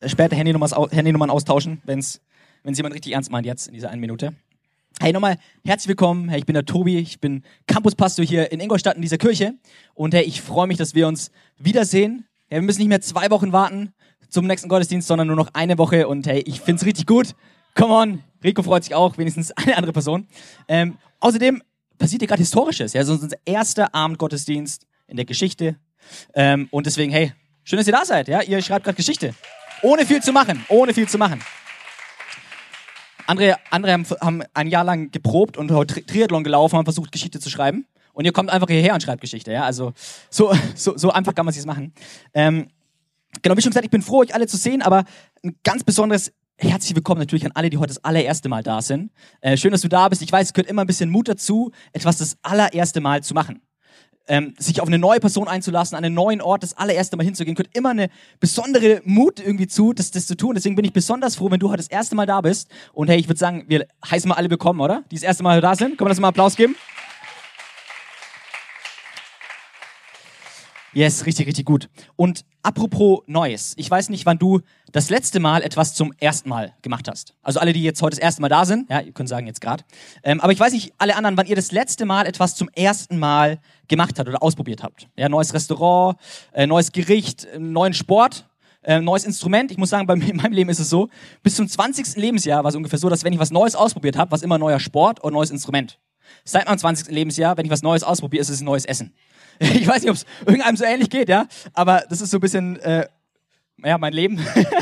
später Handynummern austauschen, wenn jemand richtig ernst meint jetzt in dieser 1 Minute. Hey, nochmal herzlich willkommen. Hey, ich bin der Tobi, ich bin Campuspastor hier in Ingolstadt in dieser Kirche. Und hey, ich freue mich, dass wir uns wiedersehen. Ja, wir müssen nicht mehr 2 Wochen warten zum nächsten Gottesdienst, sondern nur noch 1 Woche. Und hey, ich finde es richtig gut. Come on, Rico freut sich auch, wenigstens eine andere Person. Außerdem passiert hier gerade Historisches. Ja, so unser erster Abendgottesdienst in der Geschichte. Und deswegen, hey, schön, dass ihr da seid. Ja, ihr schreibt gerade Geschichte. Ohne viel zu machen. Andere haben ein Jahr lang geprobt und heute Triathlon gelaufen und haben versucht, Geschichte zu schreiben. Und ihr kommt einfach hierher und schreibt Geschichte. Ja? Also so einfach kann man es jetzt machen. Genau, wie schon gesagt, ich bin froh, euch alle zu sehen, aber ein ganz besonderes herzlich willkommen natürlich an alle, die heute das allererste Mal da sind. Schön, dass du da bist. Ich weiß, es gehört immer ein bisschen Mut dazu, etwas das allererste Mal zu machen. Sich auf eine neue Person einzulassen, an einen neuen Ort das allererste Mal hinzugehen, gehört immer eine besondere Mut irgendwie zu, das zu tun. Deswegen bin ich besonders froh, wenn du heute das erste Mal da bist. Und hey, ich würde sagen, wir heißen mal alle willkommen, oder? Die das erste Mal da sind. Können wir das mal Applaus geben? Yes, richtig, richtig gut. Und apropos Neues. Ich weiß nicht, wann du das letzte Mal etwas zum ersten Mal gemacht hast. Also alle, die jetzt heute das erste Mal da sind, ja, ihr könnt sagen jetzt gerade. Aber ich weiß nicht, alle anderen, wann ihr das letzte Mal etwas zum ersten Mal gemacht habt oder ausprobiert habt. Ja, neues Restaurant, neues Gericht, neuen Sport, neues Instrument. Ich muss sagen, in meinem Leben ist es so, bis zum 20. Lebensjahr war es ungefähr so, dass wenn ich was Neues ausprobiert habe, war es immer ein neuer Sport oder neues Instrument. Seit meinem 20. Lebensjahr, wenn ich was Neues ausprobiere, ist es ein neues Essen. Ich weiß nicht, ob es irgendeinem so ähnlich geht, ja, aber das ist so ein bisschen, mein Leben.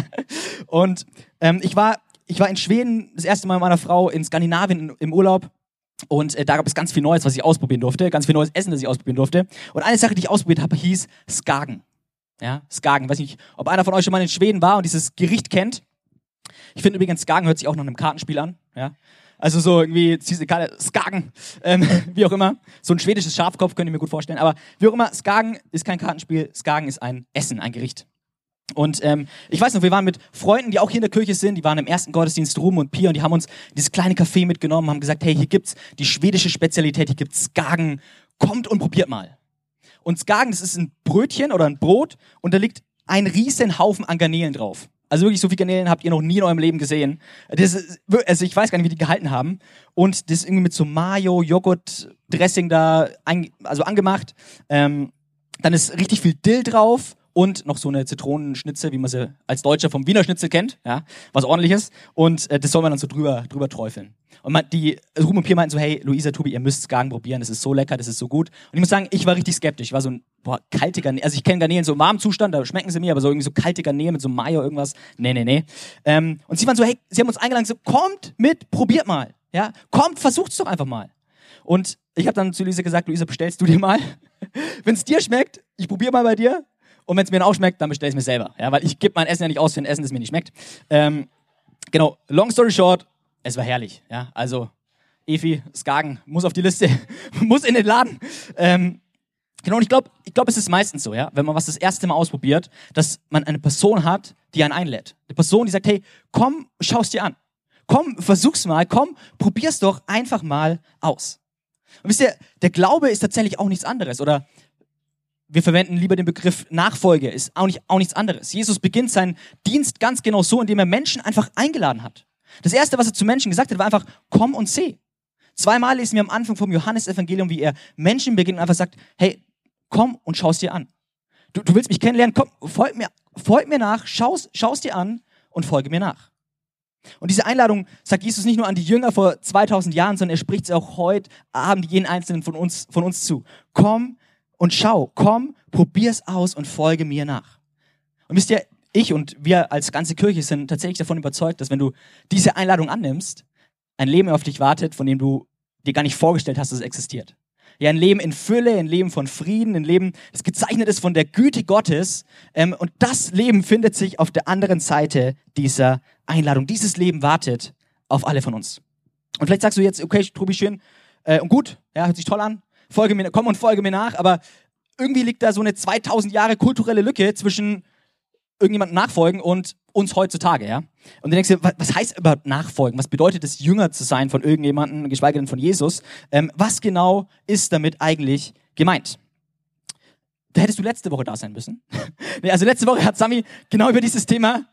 Und ich war in Schweden das erste Mal mit meiner Frau in Skandinavien im Urlaub und da gab es ganz viel Neues, was ich ausprobieren durfte, ganz viel neues Essen, das ich ausprobieren durfte. Und eine Sache, die ich ausprobiert habe, hieß Skagen. Ja, Skagen. Ich weiß nicht, ob einer von euch schon mal in Schweden war und dieses Gericht kennt. Ich finde übrigens, Skagen hört sich auch nach einem Kartenspiel an, ja. Also so irgendwie, ziehst du Karte, Skagen, wie auch immer. So ein schwedisches Schafkopf, könnt ihr mir gut vorstellen. Aber wie auch immer, Skagen ist kein Kartenspiel, Skagen ist ein Essen, ein Gericht. Und ich weiß noch, wir waren mit Freunden, die auch hier in der Kirche sind, die waren im ersten Gottesdienst, Ruben und Pia, und die haben uns dieses kleine Café mitgenommen, haben gesagt, hey, hier gibt's die schwedische Spezialität, hier gibt's Skagen, kommt und probiert mal. Und Skagen, das ist ein Brötchen oder ein Brot und da liegt ein riesen Haufen an Garnelen drauf. Also wirklich, so viel Garnelen habt ihr noch nie in eurem Leben gesehen. Also ich weiß gar nicht, wie die gehalten haben. Und das ist irgendwie mit so Mayo, Joghurt, Dressing da angemacht. Dann ist richtig viel Dill drauf und noch so eine Zitronenschnitze, wie man sie als Deutscher vom Wiener Schnitzel kennt. Ja, was ordentliches. Und das soll man dann so drüber träufeln. Und Ruben und Pia meinten so, hey, Luisa, Tobi, ihr müsst Skagen probieren, das ist so lecker, das ist so gut. Und ich muss sagen, ich war richtig skeptisch. Ich war so kalte Garnelen, also ich kenne Garnelen so im warmen Zustand, da schmecken sie mir, aber so irgendwie so kalte Garnelen mit so Mayo irgendwas, nee. Und sie waren so, hey, sie haben uns eingeladen, so, kommt mit, probiert mal. Ja, kommt, versucht's doch einfach mal. Und ich habe dann zu Luisa gesagt, Luisa, bestellst du dir mal. Wenn es dir schmeckt, ich probiere mal bei dir. Und wenn es mir dann auch schmeckt, dann bestell ich es mir selber. Ja, weil ich gebe mein Essen ja nicht aus für ein Essen, das mir nicht schmeckt. Genau, long story short, es war herrlich. Ja, also Efi, Skagen muss auf die Liste, muss in den Laden. Genau, und ich glaube, es ist meistens so, ja, wenn man was das erste Mal ausprobiert, dass man eine Person hat, die einen einlädt. Eine Person, die sagt, hey, komm, schau's dir an. Komm, versuch's mal, komm, probier's doch einfach mal aus. Und wisst ihr, der Glaube ist tatsächlich auch nichts anderes, oder wir verwenden lieber den Begriff Nachfolge, ist auch nichts anderes. Jesus beginnt seinen Dienst ganz genau so, indem er Menschen einfach eingeladen hat. Das Erste, was er zu Menschen gesagt hat, war einfach, komm und seh. 2-mal lesen wir am Anfang vom Johannesevangelium, wie er Menschen beginnt und einfach sagt, hey, komm und schau's dir an. Du willst mich kennenlernen, komm, folg mir nach, schau's dir an und folge mir nach. Und diese Einladung sagt Jesus nicht nur an die Jünger vor 2000 Jahren, sondern er spricht sie auch heute Abend jeden Einzelnen von uns zu. Komm und schau, komm, probier's aus und folge mir nach. Und wisst ihr, ich und wir als ganze Kirche sind tatsächlich davon überzeugt, dass wenn du diese Einladung annimmst, ein Leben auf dich wartet, von dem du dir gar nicht vorgestellt hast, dass es existiert. Ja, ein Leben in Fülle, ein Leben von Frieden, ein Leben, das gezeichnet ist von der Güte Gottes. Und das Leben findet sich auf der anderen Seite dieser Einladung. Dieses Leben wartet auf alle von uns. Und vielleicht sagst du jetzt, okay, Tobi, schön und gut, ja, hört sich toll an, komm und folge mir nach, aber irgendwie liegt da so eine 2000 Jahre kulturelle Lücke zwischen irgendjemandem nachfolgen und uns heutzutage, ja. Und du denkst dir, was heißt überhaupt nachfolgen? Was bedeutet es, Jünger zu sein von irgendjemandem, geschweige denn von Jesus? Was genau ist damit eigentlich gemeint? Da hättest du letzte Woche da sein müssen. Nee, also letzte Woche hat Sami genau über dieses Thema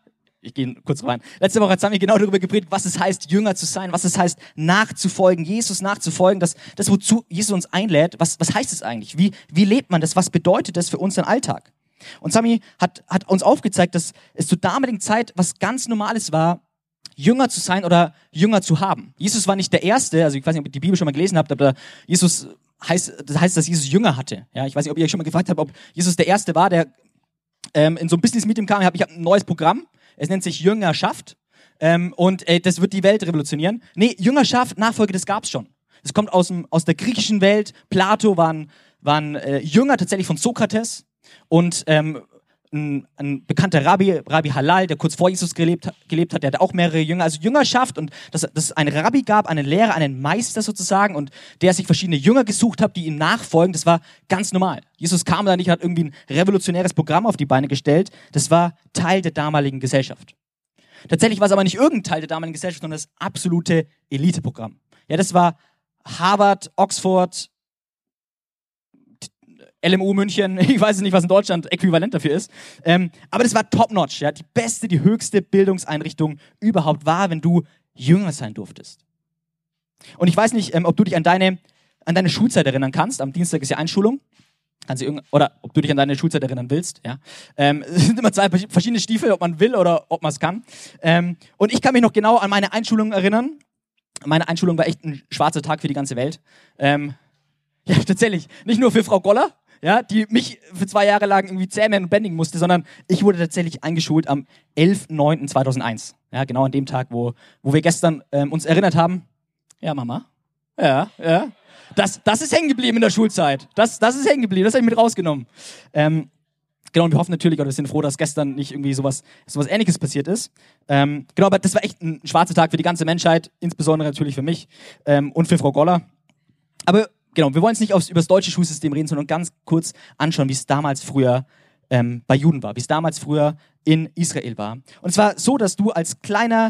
ich gehe kurz rein. Letzte Woche haben wir genau darüber geredet, was es heißt, Jünger zu sein, was es heißt, nachzufolgen, Jesus nachzufolgen, das wozu Jesus uns einlädt, was heißt es eigentlich? Wie lebt man das? Was bedeutet das für unseren Alltag? Und Sami hat uns aufgezeigt, dass es zur damaligen Zeit was ganz Normales war, Jünger zu sein oder Jünger zu haben. Jesus war nicht der Erste, also ich weiß nicht, ob ihr die Bibel schon mal gelesen habt, aber das heißt, dass Jesus Jünger hatte. Ja, ich weiß nicht, ob ihr euch schon mal gefragt habt, ob Jesus der Erste war, der in so einem Business-Meeting kam. Ich habe ein neues Programm, es nennt sich Jüngerschaft und das wird die Welt revolutionieren. Nee, Jüngerschaft, Nachfolge, das gab's schon. Das kommt aus der griechischen Welt. Plato waren Jünger tatsächlich von Sokrates und ein bekannter Rabbi Hallal, der kurz vor Jesus gelebt hat, der hatte auch mehrere Jünger. Also Jüngerschaft und dass es einen Rabbi gab, einen Lehrer, einen Meister sozusagen und der sich verschiedene Jünger gesucht hat, die ihm nachfolgen, das war ganz normal. Jesus kam da nicht, hat irgendwie ein revolutionäres Programm auf die Beine gestellt. Das war Teil der damaligen Gesellschaft. Tatsächlich war es aber nicht irgendein Teil der damaligen Gesellschaft, sondern das absolute Eliteprogramm. Ja, das war Harvard, Oxford, LMU München, ich weiß nicht, was in Deutschland äquivalent dafür ist. Aber das war top-notch, ja, die beste, die höchste Bildungseinrichtung überhaupt war, wenn du Jünger sein durftest. Und ich weiß nicht, ob du dich an deine Schulzeit erinnern kannst. Am Dienstag ist ja Einschulung. Oder ob du dich an deine Schulzeit erinnern willst. Ja. Es sind immer zwei verschiedene Stiefel, ob man will oder ob man es kann. Und ich kann mich noch genau an meine Einschulung erinnern. Meine Einschulung war echt ein schwarzer Tag für die ganze Welt. Ja, tatsächlich. Nicht nur für Frau Goller, ja, die mich für 2 Jahre lang irgendwie zähmen und bändigen musste, sondern ich wurde tatsächlich eingeschult am 11.09.2001. Ja, genau an dem Tag, wo wir gestern uns erinnert haben. Ja, Mama. Ja. Das ist hängen geblieben in der Schulzeit. Das ist hängen geblieben. Das habe ich mit rausgenommen. Genau, und wir hoffen natürlich, oder wir sind froh, dass gestern nicht irgendwie sowas Ähnliches passiert ist. Genau, aber das war echt ein schwarzer Tag für die ganze Menschheit, insbesondere natürlich für mich und für Frau Goller. Aber genau, wir wollen jetzt nicht über das deutsche Schulsystem reden, sondern ganz kurz anschauen, wie es damals früher bei Juden war, wie es damals früher in Israel war. Und es war so, dass du als kleiner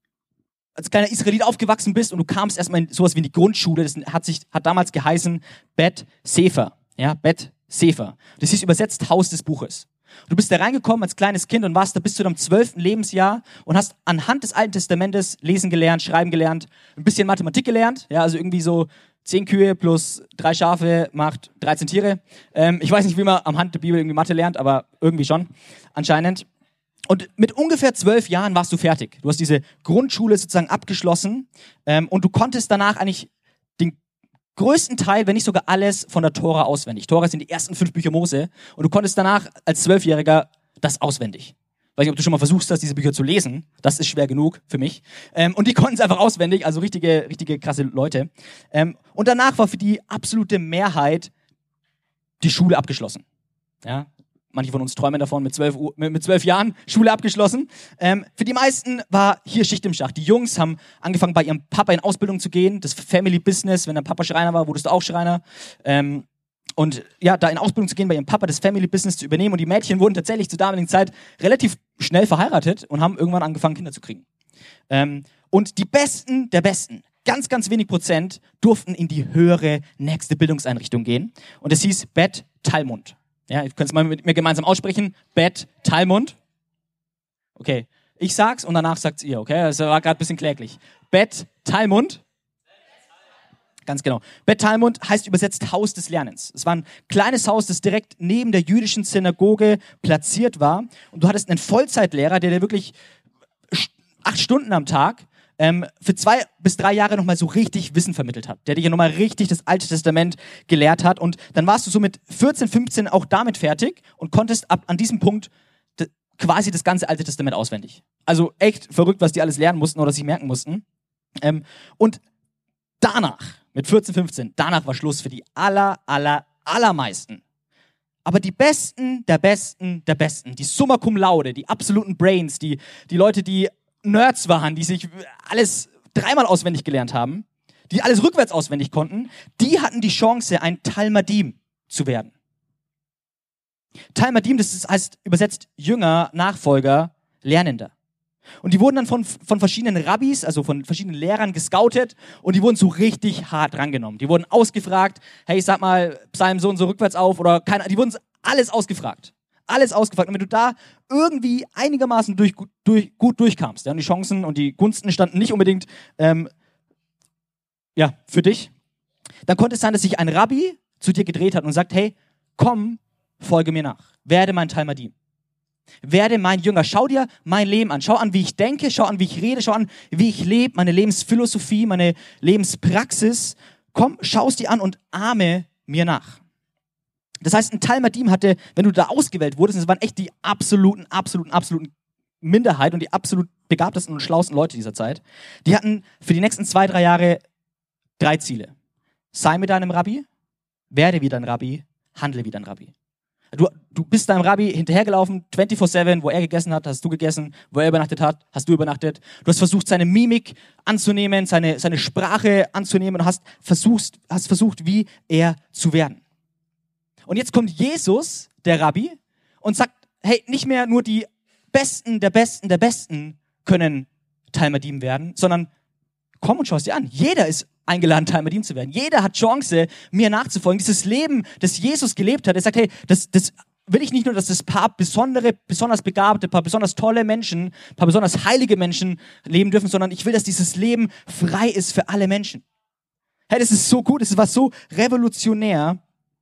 Israelit aufgewachsen bist und du kamst erstmal in sowas wie in die Grundschule. Das hat damals geheißen Bet Sefer. Ja, Bet Sefer. Das hieß übersetzt Haus des Buches. Du bist da reingekommen als kleines Kind und warst da bis zu deinem 12. Lebensjahr und hast anhand des Alten Testamentes lesen gelernt, schreiben gelernt, ein bisschen Mathematik gelernt. Ja, also irgendwie so 10 Kühe plus 3 Schafe macht 13 Tiere. Ich weiß nicht, wie man am Hand der Bibel irgendwie Mathe lernt, aber irgendwie schon, anscheinend. Und mit ungefähr 12 Jahren warst du fertig. Du hast diese Grundschule sozusagen abgeschlossen und du konntest danach eigentlich den größten Teil, wenn nicht sogar alles, von der Tora auswendig. Tora sind die ersten 5 Bücher Mose und du konntest danach als 12-Jähriger das auswendig. Ich weiß nicht, ob du schon mal versuchst hast, diese Bücher zu lesen. Das ist schwer genug für mich. Und die konnten es einfach auswendig, also richtige krasse Leute. Und danach war für die absolute Mehrheit die Schule abgeschlossen. Ja? Manche von uns träumen davon, mit 12 Jahren Schule abgeschlossen. Für die meisten war hier Schicht im Schacht. Die Jungs haben angefangen, bei ihrem Papa in Ausbildung zu gehen. Das Family Business, wenn dein Papa Schreiner war, wurdest du auch Schreiner. Und ja, da in Ausbildung zu gehen, bei ihrem Papa das Family Business zu übernehmen. Und die Mädchen wurden tatsächlich zur damaligen Zeit relativ schnell verheiratet und haben irgendwann angefangen, Kinder zu kriegen. Und die Besten der Besten, ganz, ganz wenig Prozent, durften in die höhere nächste Bildungseinrichtung gehen. Und es hieß Bet Talmud. Ja, ihr könnt es mal mit mir gemeinsam aussprechen. Bet Talmud. Okay, ich sag's und danach sagt's ihr, okay? Das war gerade ein bisschen kläglich. Bet Talmud. Ganz genau. Bet Talmud heißt übersetzt Haus des Lernens. Es war ein kleines Haus, das direkt neben der jüdischen Synagoge platziert war. Und du hattest einen Vollzeitlehrer, der dir wirklich 8 Stunden am Tag für 2 bis 3 Jahre nochmal so richtig Wissen vermittelt hat. Der dir nochmal richtig das Alte Testament gelehrt hat. Und dann warst du so mit 14, 15 auch damit fertig und konntest an diesem Punkt quasi das ganze Alte Testament auswendig. Also echt verrückt, was die alles lernen mussten oder sich merken mussten. Und danach, mit 14, 15, danach war Schluss für die allermeisten. Aber die Besten der Besten der Besten, die Summa Cum Laude, die absoluten Brains, die Leute, die Nerds waren, die sich alles 3-mal auswendig gelernt haben, die alles rückwärts auswendig konnten, die hatten die Chance, ein Talmidim zu werden. Talmidim, das heißt übersetzt Jünger, Nachfolger, Lernender. Und die wurden dann von verschiedenen Rabbis, also von verschiedenen Lehrern gescoutet und die wurden so richtig hart rangenommen. Die wurden ausgefragt, hey, sag mal Psalm so und so rückwärts auf oder die wurden alles ausgefragt. alles ausgefragt. Und wenn du da irgendwie einigermaßen gut durchkamst, ja, und die Chancen und die Gunsten standen nicht unbedingt für dich, dann konnte es sein, dass sich ein Rabbi zu dir gedreht hat und sagt, hey, komm, folge mir nach. Werde mein Talmidim. Werde mein Jünger. Schau dir mein Leben an. Schau an, wie ich denke. Schau an, wie ich rede. Schau an, wie ich lebe. Meine Lebensphilosophie, meine Lebenspraxis. Komm, schau es dir an und ahme mir nach. Das heißt, ein Talmidim hatte, wenn du da ausgewählt wurdest, das waren echt die absoluten Minderheit und die absolut begabtesten und schlauesten Leute dieser Zeit, die hatten für die nächsten 2-3 Jahre 3 Ziele. Sei mit deinem Rabbi, werde wie dein Rabbi, handle wie dein Rabbi. Du bist deinem Rabbi hinterhergelaufen, 24/7, wo er gegessen hat, hast du gegessen, wo er übernachtet hat, hast du übernachtet. Du hast versucht, seine Mimik anzunehmen, seine Sprache anzunehmen und hast versucht, wie er zu werden. Und jetzt kommt Jesus, der Rabbi, und sagt, hey, nicht mehr nur die Besten der Besten der Besten können Talmidim werden, sondern komm und schau es dir an. Jeder ist eingeladen, Talmidim zu werden. Jeder hat Chance, mir nachzufolgen. Dieses Leben, das Jesus gelebt hat, er sagt, hey, das will ich nicht nur, dass das paar besonders begabte, paar besonders tolle Menschen, paar besonders heilige Menschen leben dürfen, sondern ich will, dass dieses Leben frei ist für alle Menschen. Hey, das ist so gut, das war so revolutionär,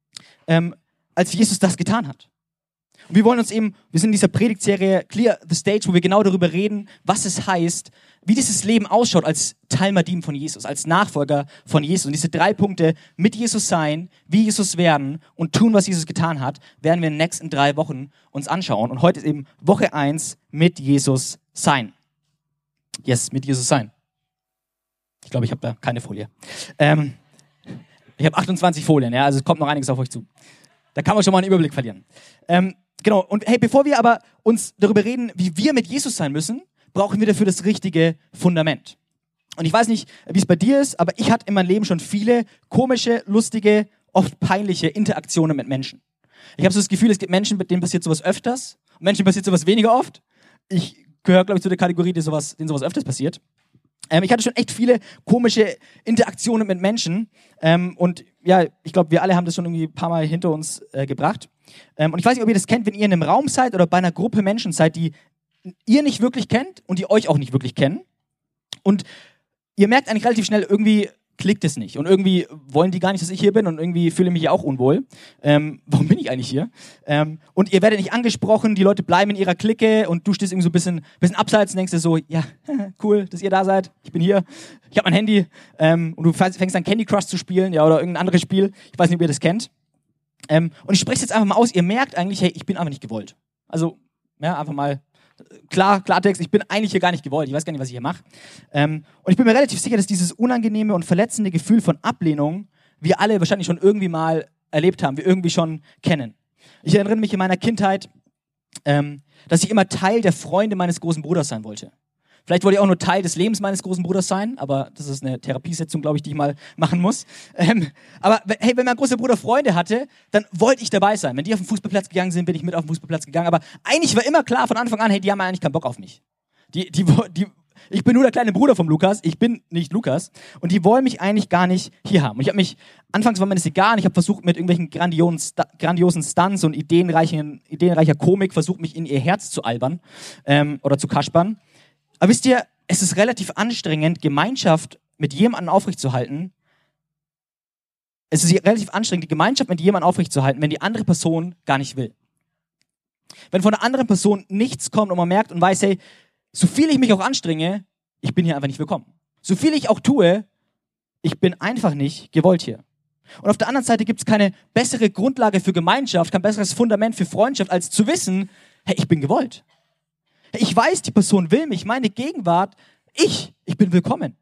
als Jesus das getan hat. Und wir sind in dieser Predigtserie Clear the Stage, wo wir genau darüber reden, was es heißt, wie dieses Leben ausschaut als Talmidim von Jesus, als Nachfolger von Jesus. Und diese 3 Punkte, mit Jesus sein, wie Jesus werden und tun, was Jesus getan hat, werden wir in den nächsten 3 Wochen uns anschauen. Und heute ist eben Woche 1, mit Jesus sein. Yes, mit Jesus sein. Ich glaube, ich habe da keine Folie. Ich habe 28 Folien, ja, also es kommt noch einiges auf euch zu. Da kann man schon mal einen Überblick verlieren. Genau, und hey, bevor wir aber uns darüber reden, wie wir mit Jesus sein müssen, brauchen wir dafür das richtige Fundament. Und ich weiß nicht, wie es bei dir ist, aber ich hatte in meinem Leben schon viele komische, lustige, oft peinliche Interaktionen mit Menschen. Ich habe so das Gefühl, es gibt Menschen, mit denen passiert sowas öfters und Menschen passiert sowas weniger oft. Ich gehöre, glaube ich, zu der Kategorie, denen sowas öfters passiert. Ich hatte schon echt viele komische Interaktionen mit Menschen und ja, ich glaube, wir alle haben das schon irgendwie ein paar Mal hinter uns gebracht. Und ich weiß nicht, ob ihr das kennt, wenn ihr in einem Raum seid oder bei einer Gruppe Menschen seid, die ihr nicht wirklich kennt und die euch auch nicht wirklich kennen. Und ihr merkt eigentlich relativ schnell, irgendwie klickt es nicht. Und irgendwie wollen die gar nicht, dass ich hier bin und irgendwie fühle ich mich ja auch unwohl. Warum bin ich eigentlich hier? Und ihr werdet nicht angesprochen, die Leute bleiben in ihrer Clique und du stehst irgendwie so ein bisschen abseits und denkst dir so, ja, cool, dass ihr da seid, ich bin hier, ich habe mein Handy und du fängst an Candy Crush zu spielen, ja, oder irgendein anderes Spiel. Ich weiß nicht, ob ihr das kennt. Und ich spreche es jetzt einfach mal aus, ihr merkt eigentlich, hey, ich bin einfach nicht gewollt. Also, ja, einfach mal Klartext, ich bin eigentlich hier gar nicht gewollt, ich weiß gar nicht, was ich hier mache. Und ich bin mir relativ sicher, dass dieses unangenehme und verletzende Gefühl von Ablehnung wir alle wahrscheinlich schon irgendwie mal erlebt haben, wir irgendwie schon kennen. Ich erinnere mich in meiner Kindheit, dass ich immer Teil der Freunde meines großen Bruders sein wollte. Vielleicht wollte ich auch nur Teil des Lebens meines großen Bruders sein, aber das ist eine Therapiesitzung, glaube ich, die ich mal machen muss. Aber hey, wenn mein großer Bruder Freunde hatte, dann wollte ich dabei sein. Wenn die auf den Fußballplatz gegangen sind, bin ich mit auf den Fußballplatz gegangen. Aber eigentlich war immer klar von Anfang an, hey, die haben eigentlich keinen Bock auf mich. Ich bin nur der kleine Bruder vom Lukas, ich bin nicht Lukas. Und die wollen mich eigentlich gar nicht hier haben. Und anfangs war mir das egal, ich habe versucht mit irgendwelchen grandiosen Stunts und ideenreicher Komik versucht, mich in ihr Herz zu albern oder zu kaspern. Aber wisst ihr, es ist relativ anstrengend, Gemeinschaft mit jemandem aufrechtzuerhalten. Es ist relativ anstrengend, die Gemeinschaft mit jemandem aufrechtzuerhalten, wenn die andere Person gar nicht will. Wenn von der anderen Person nichts kommt und man merkt und weiß, hey, so viel ich mich auch anstrenge, ich bin hier einfach nicht willkommen. So viel ich auch tue, ich bin einfach nicht gewollt hier. Und auf der anderen Seite gibt es keine bessere Grundlage für Gemeinschaft, kein besseres Fundament für Freundschaft, als zu wissen, hey, ich bin gewollt. Ich weiß, die Person will mich, meine Gegenwart, ich bin willkommen.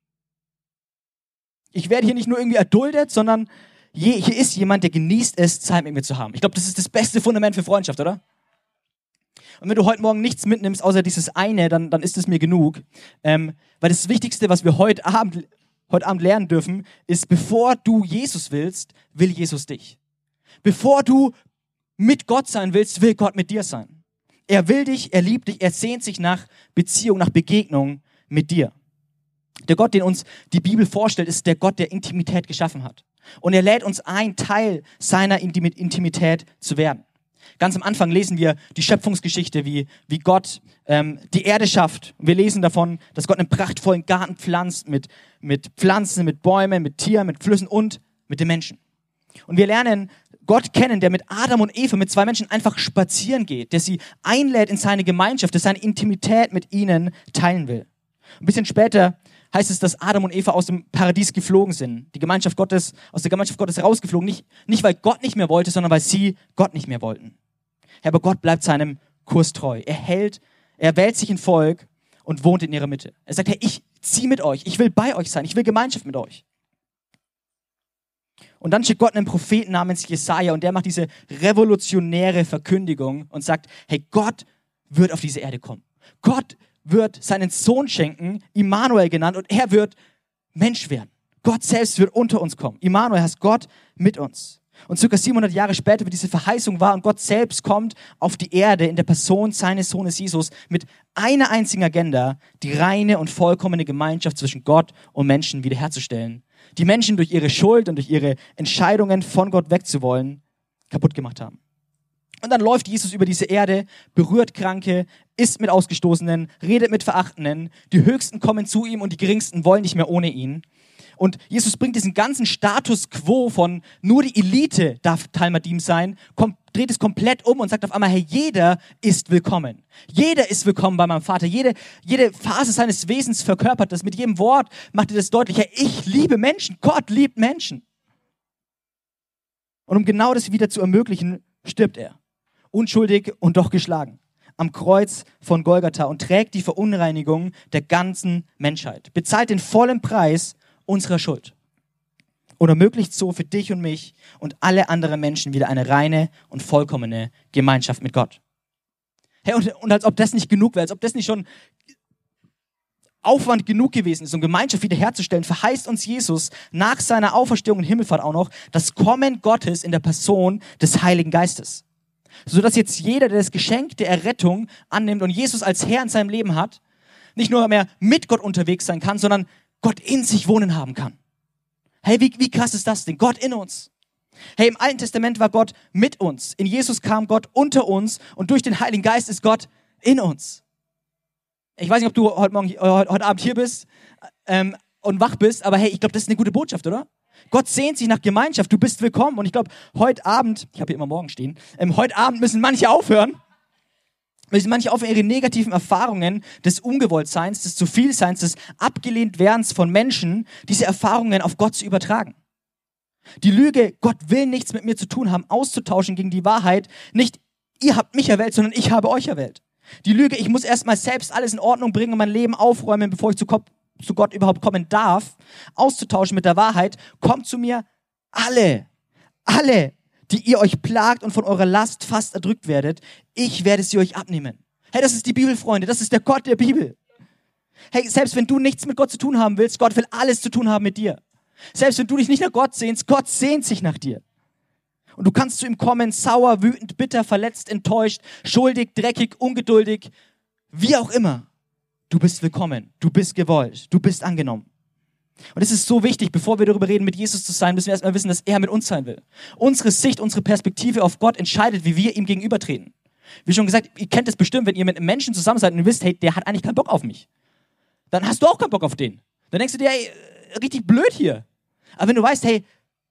Ich werde hier nicht nur irgendwie erduldet, sondern hier ist jemand, der genießt es, Zeit mit mir zu haben. Ich glaube, das ist das beste Fundament für Freundschaft, oder? Und wenn du heute Morgen nichts mitnimmst, außer dieses eine, dann ist es mir genug. Weil das Wichtigste, was wir heute Abend lernen dürfen, ist, bevor du Jesus willst, will Jesus dich. Bevor du mit Gott sein willst, will Gott mit dir sein. Er will dich, er liebt dich, er sehnt sich nach Beziehung, nach Begegnung mit dir. Der Gott, den uns die Bibel vorstellt, ist der Gott, der Intimität geschaffen hat. Und er lädt uns ein, Teil seiner Intimität zu werden. Ganz am Anfang lesen wir die Schöpfungsgeschichte, wie Gott die Erde schafft. Wir lesen davon, dass Gott einen prachtvollen Garten pflanzt mit Pflanzen, mit Bäumen, mit Tieren, mit Flüssen und mit den Menschen. Und wir lernen Gott kennen, der mit Adam und Eva, mit 2 Menschen einfach spazieren geht, der sie einlädt in seine Gemeinschaft, der seine Intimität mit ihnen teilen will. Ein bisschen später heißt es, dass Adam und Eva aus dem Paradies geflogen sind, aus der Gemeinschaft Gottes rausgeflogen, nicht weil Gott nicht mehr wollte, sondern weil sie Gott nicht mehr wollten. Aber Gott bleibt seinem Kurs treu. Er wählt sich ein Volk und wohnt in ihrer Mitte. Er sagt, hey, ich ziehe mit euch, ich will bei euch sein, ich will Gemeinschaft mit euch. Und dann schickt Gott einen Propheten namens Jesaja und der macht diese revolutionäre Verkündigung und sagt, hey, Gott wird auf diese Erde kommen. Gott wird seinen Sohn schenken, Immanuel genannt, und er wird Mensch werden. Gott selbst wird unter uns kommen. Immanuel heißt Gott mit uns. Und circa 700 Jahre später wird diese Verheißung wahr und Gott selbst kommt auf die Erde in der Person seines Sohnes Jesus mit einer einzigen Agenda, die reine und vollkommene Gemeinschaft zwischen Gott und Menschen wiederherzustellen, die Menschen durch ihre Schuld und durch ihre Entscheidungen von Gott wegzuwollen, kaputt gemacht haben. Und dann läuft Jesus über diese Erde, berührt Kranke, isst mit Ausgestoßenen, redet mit Verachtenden, die Höchsten kommen zu ihm und die Geringsten wollen nicht mehr ohne ihn. Und Jesus bringt diesen ganzen Status quo von nur die Elite darf Talmudim sein, dreht es komplett um und sagt auf einmal, hey, jeder ist willkommen. Jeder ist willkommen bei meinem Vater. Jede Phase seines Wesens verkörpert das. Mit jedem Wort macht er das deutlich. Hey, ich liebe Menschen. Gott liebt Menschen. Und um genau das wieder zu ermöglichen, stirbt er. Unschuldig und doch geschlagen. Am Kreuz von Golgatha und trägt die Verunreinigung der ganzen Menschheit. Bezahlt den vollen Preis unserer Schuld. Und ermöglicht so für dich und mich und alle anderen Menschen wieder eine reine und vollkommene Gemeinschaft mit Gott. Hey, und als ob das nicht genug wäre, als ob das nicht schon Aufwand genug gewesen ist, um Gemeinschaft wiederherzustellen, verheißt uns Jesus nach seiner Auferstehung und Himmelfahrt auch noch das Kommen Gottes in der Person des Heiligen Geistes. Sodass jetzt jeder, der das Geschenk der Errettung annimmt und Jesus als Herr in seinem Leben hat, nicht nur mehr mit Gott unterwegs sein kann, sondern Gott in sich wohnen haben kann. Hey, wie krass ist das denn? Gott in uns. Hey, im Alten Testament war Gott mit uns. In Jesus kam Gott unter uns und durch den Heiligen Geist ist Gott in uns. Ich weiß nicht, ob du heute Abend hier bist und wach bist, aber hey, ich glaube, das ist eine gute Botschaft, oder? Gott sehnt sich nach Gemeinschaft, du bist willkommen. Und ich glaube, heute Abend, ich habe hier immer morgen stehen, heute Abend müssen manche aufhören, ihre negativen Erfahrungen des Ungewolltseins, des Zuvielseins, des Abgelehntwerdens von Menschen, diese Erfahrungen auf Gott zu übertragen. Die Lüge, Gott will nichts mit mir zu tun haben, auszutauschen gegen die Wahrheit, nicht ihr habt mich erwählt, sondern ich habe euch erwählt. Die Lüge, ich muss erstmal selbst alles in Ordnung bringen und mein Leben aufräumen, bevor ich zu Gott überhaupt kommen darf, auszutauschen mit der Wahrheit, kommt zu mir alle, die ihr euch plagt und von eurer Last fast erdrückt werdet, ich werde sie euch abnehmen. Hey, das ist die Bibel, Freunde, das ist der Gott der Bibel. Hey, selbst wenn du nichts mit Gott zu tun haben willst, Gott will alles zu tun haben mit dir. Selbst wenn du dich nicht nach Gott sehnst, Gott sehnt sich nach dir. Und du kannst zu ihm kommen, sauer, wütend, bitter, verletzt, enttäuscht, schuldig, dreckig, ungeduldig, wie auch immer. Du bist willkommen, du bist gewollt, du bist angenommen. Und es ist so wichtig, bevor wir darüber reden, mit Jesus zu sein, müssen wir erstmal wissen, dass er mit uns sein will. Unsere Sicht, unsere Perspektive auf Gott entscheidet, wie wir ihm gegenübertreten. Wie schon gesagt, ihr kennt es bestimmt, wenn ihr mit einem Menschen zusammen seid und ihr wisst, hey, der hat eigentlich keinen Bock auf mich. Dann hast du auch keinen Bock auf den. Dann denkst du dir, hey, richtig blöd hier. Aber wenn du weißt, hey,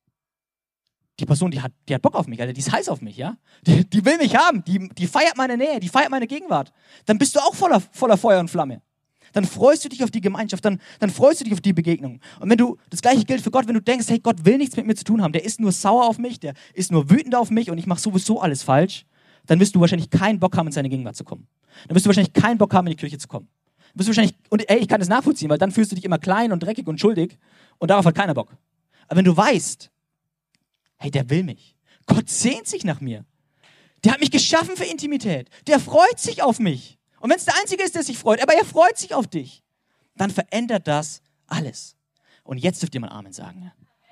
die Person, die hat Bock auf mich, Alter, die ist heiß auf mich, ja? Die will mich haben, die feiert meine Nähe, die feiert meine Gegenwart. Dann bist du auch voller Feuer und Flamme. Dann freust du dich auf die Gemeinschaft, dann freust du dich auf die Begegnung. Und wenn du, das Gleiche gilt für Gott, wenn du denkst, hey, Gott will nichts mit mir zu tun haben, der ist nur sauer auf mich, der ist nur wütend auf mich und ich mache sowieso alles falsch, dann wirst du wahrscheinlich keinen Bock haben, in seine Gegenwart zu kommen. Dann wirst du wahrscheinlich keinen Bock haben, in die Kirche zu kommen. Dann wirst du wahrscheinlich, und ey, ich kann das nachvollziehen, weil dann fühlst du dich immer klein und dreckig und schuldig und darauf hat keiner Bock. Aber wenn du weißt, hey, der will mich, Gott sehnt sich nach mir, der hat mich geschaffen für Intimität, der freut sich auf mich. Und wenn es der Einzige ist, der sich freut, aber er freut sich auf dich, dann verändert das alles. Und jetzt dürft ihr mal Amen sagen.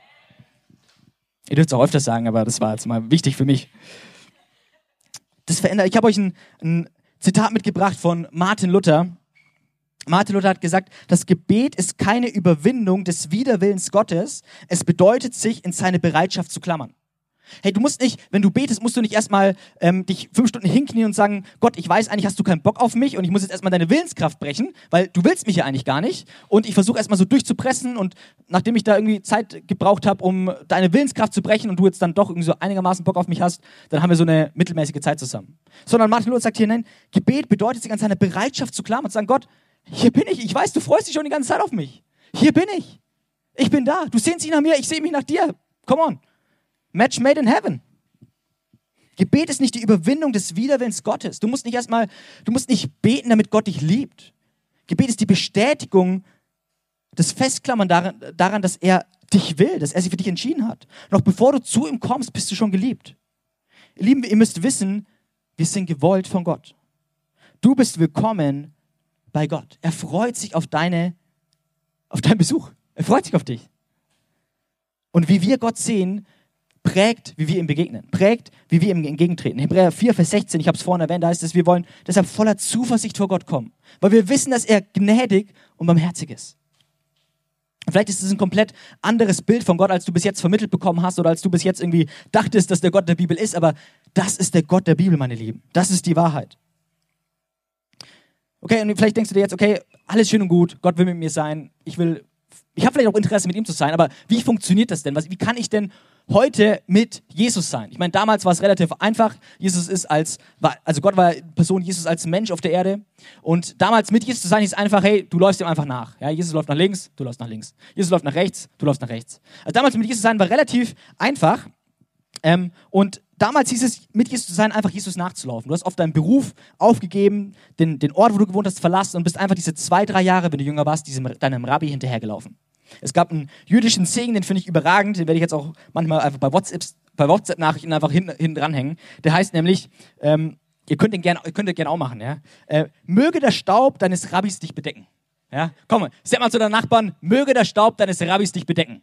Ihr dürft es auch öfters sagen, aber das war jetzt mal wichtig für mich. Das verändert. Ich habe euch ein Zitat mitgebracht von Martin Luther. Martin Luther hat gesagt, das Gebet ist keine Überwindung des Widerwillens Gottes. Es bedeutet, sich in seine Bereitschaft zu klammern. Hey, du musst nicht, wenn du betest, musst du nicht erstmal dich 5 Stunden hinknien und sagen, Gott, ich weiß, eigentlich hast du keinen Bock auf mich und ich muss jetzt erstmal deine Willenskraft brechen, weil du willst mich ja eigentlich gar nicht. Und ich versuche erstmal so durchzupressen und nachdem ich da irgendwie Zeit gebraucht habe, um deine Willenskraft zu brechen und du jetzt dann doch irgendwie so einigermaßen Bock auf mich hast, dann haben wir so eine mittelmäßige Zeit zusammen. Sondern Martin Luther sagt hier, nein, Gebet bedeutet sich an seiner Bereitschaft zu klammern und zu sagen, Gott, hier bin ich weiß, du freust dich schon die ganze Zeit auf mich. Hier bin ich. Ich bin da. Du sehnst dich nach mir, ich sehne mich nach dir. Come on. Match made in heaven. Gebet ist nicht die Überwindung des Widerwillens Gottes. Du musst nicht beten, damit Gott dich liebt. Gebet ist die Bestätigung, das Festklammern daran, dass er dich will, dass er sich für dich entschieden hat. Noch bevor du zu ihm kommst, bist du schon geliebt. Ihr Lieben, ihr müsst wissen, wir sind gewollt von Gott. Du bist willkommen bei Gott. Er freut sich auf deinen Besuch. Er freut sich auf dich. Und wie wir Gott sehen, prägt, wie wir ihm begegnen, prägt, wie wir ihm entgegentreten. Hebräer 4, Vers 16, ich habe es vorhin erwähnt, da heißt es, wir wollen deshalb voller Zuversicht vor Gott kommen, weil wir wissen, dass er gnädig und barmherzig ist. Vielleicht ist es ein komplett anderes Bild von Gott, als du bis jetzt vermittelt bekommen hast oder als du bis jetzt irgendwie dachtest, dass der Gott der Bibel ist, aber das ist der Gott der Bibel, meine Lieben. Das ist die Wahrheit. Okay, und vielleicht denkst du dir jetzt, okay, alles schön und gut, Gott will mit mir sein, ich habe vielleicht auch Interesse, mit ihm zu sein, aber wie funktioniert das denn? Wie kann ich denn heute mit Jesus sein? Ich meine, damals war es relativ einfach. Gott war Person, Jesus als Mensch auf der Erde. Und damals mit Jesus zu sein, ist einfach, hey, du läufst ihm einfach nach. Ja, Jesus läuft nach links, du läufst nach links. Jesus läuft nach rechts, du läufst nach rechts. Also damals mit Jesus zu sein war relativ einfach. Und damals hieß es, mit Jesus zu sein, einfach Jesus nachzulaufen. Du hast oft deinen Beruf aufgegeben, den Ort, wo du gewohnt hast, verlassen und bist einfach diese 2-3 Jahre, wenn du jünger warst, deinem Rabbi hinterhergelaufen. Es gab einen jüdischen Segen, den finde ich überragend, den werde ich jetzt auch manchmal einfach bei WhatsApp-Nachrichten einfach hinten dranhängen. Der heißt nämlich, ihr könnt den gerne auch machen, ja? Möge der Staub deines Rabbis dich bedecken. Ja? Komm, sag mal zu deinen Nachbarn, möge der Staub deines Rabbis dich bedecken.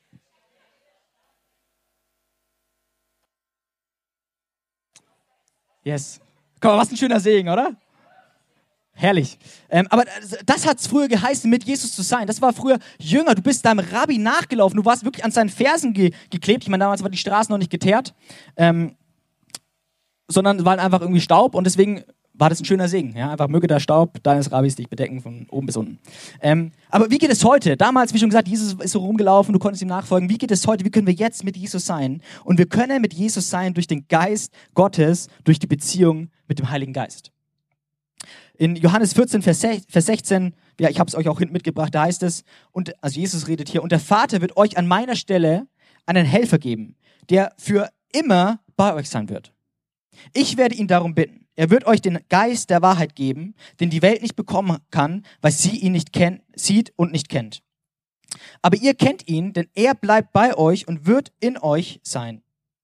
Yes. Komm mal, was ein schöner Segen, oder? Herrlich. Aber das hat es früher geheißen, mit Jesus zu sein. Das war früher Jünger. Du bist deinem Rabbi nachgelaufen. Du warst wirklich an seinen Fersen geklebt. Ich meine, damals war die Straße noch nicht geteert, sondern waren einfach irgendwie Staub. Und deswegen war das ein schöner Segen. Ja? Einfach möge der Staub deines Rabbis dich bedecken von oben bis unten. Aber wie geht es heute? Damals, wie schon gesagt, Jesus ist so rumgelaufen, du konntest ihm nachfolgen. Wie geht es heute? Wie können wir jetzt mit Jesus sein? Und wir können mit Jesus sein durch den Geist Gottes, durch die Beziehung mit dem Heiligen Geist. In Johannes 14, Vers 16, ja, ich habe es euch auch hinten mitgebracht, da heißt es, also Jesus redet hier, und der Vater wird euch an meiner Stelle einen Helfer geben, der für immer bei euch sein wird. Ich werde ihn darum bitten. Er wird euch den Geist der Wahrheit geben, den die Welt nicht bekommen kann, weil sie ihn nicht sieht und nicht kennt. Aber ihr kennt ihn, denn er bleibt bei euch und wird in euch sein.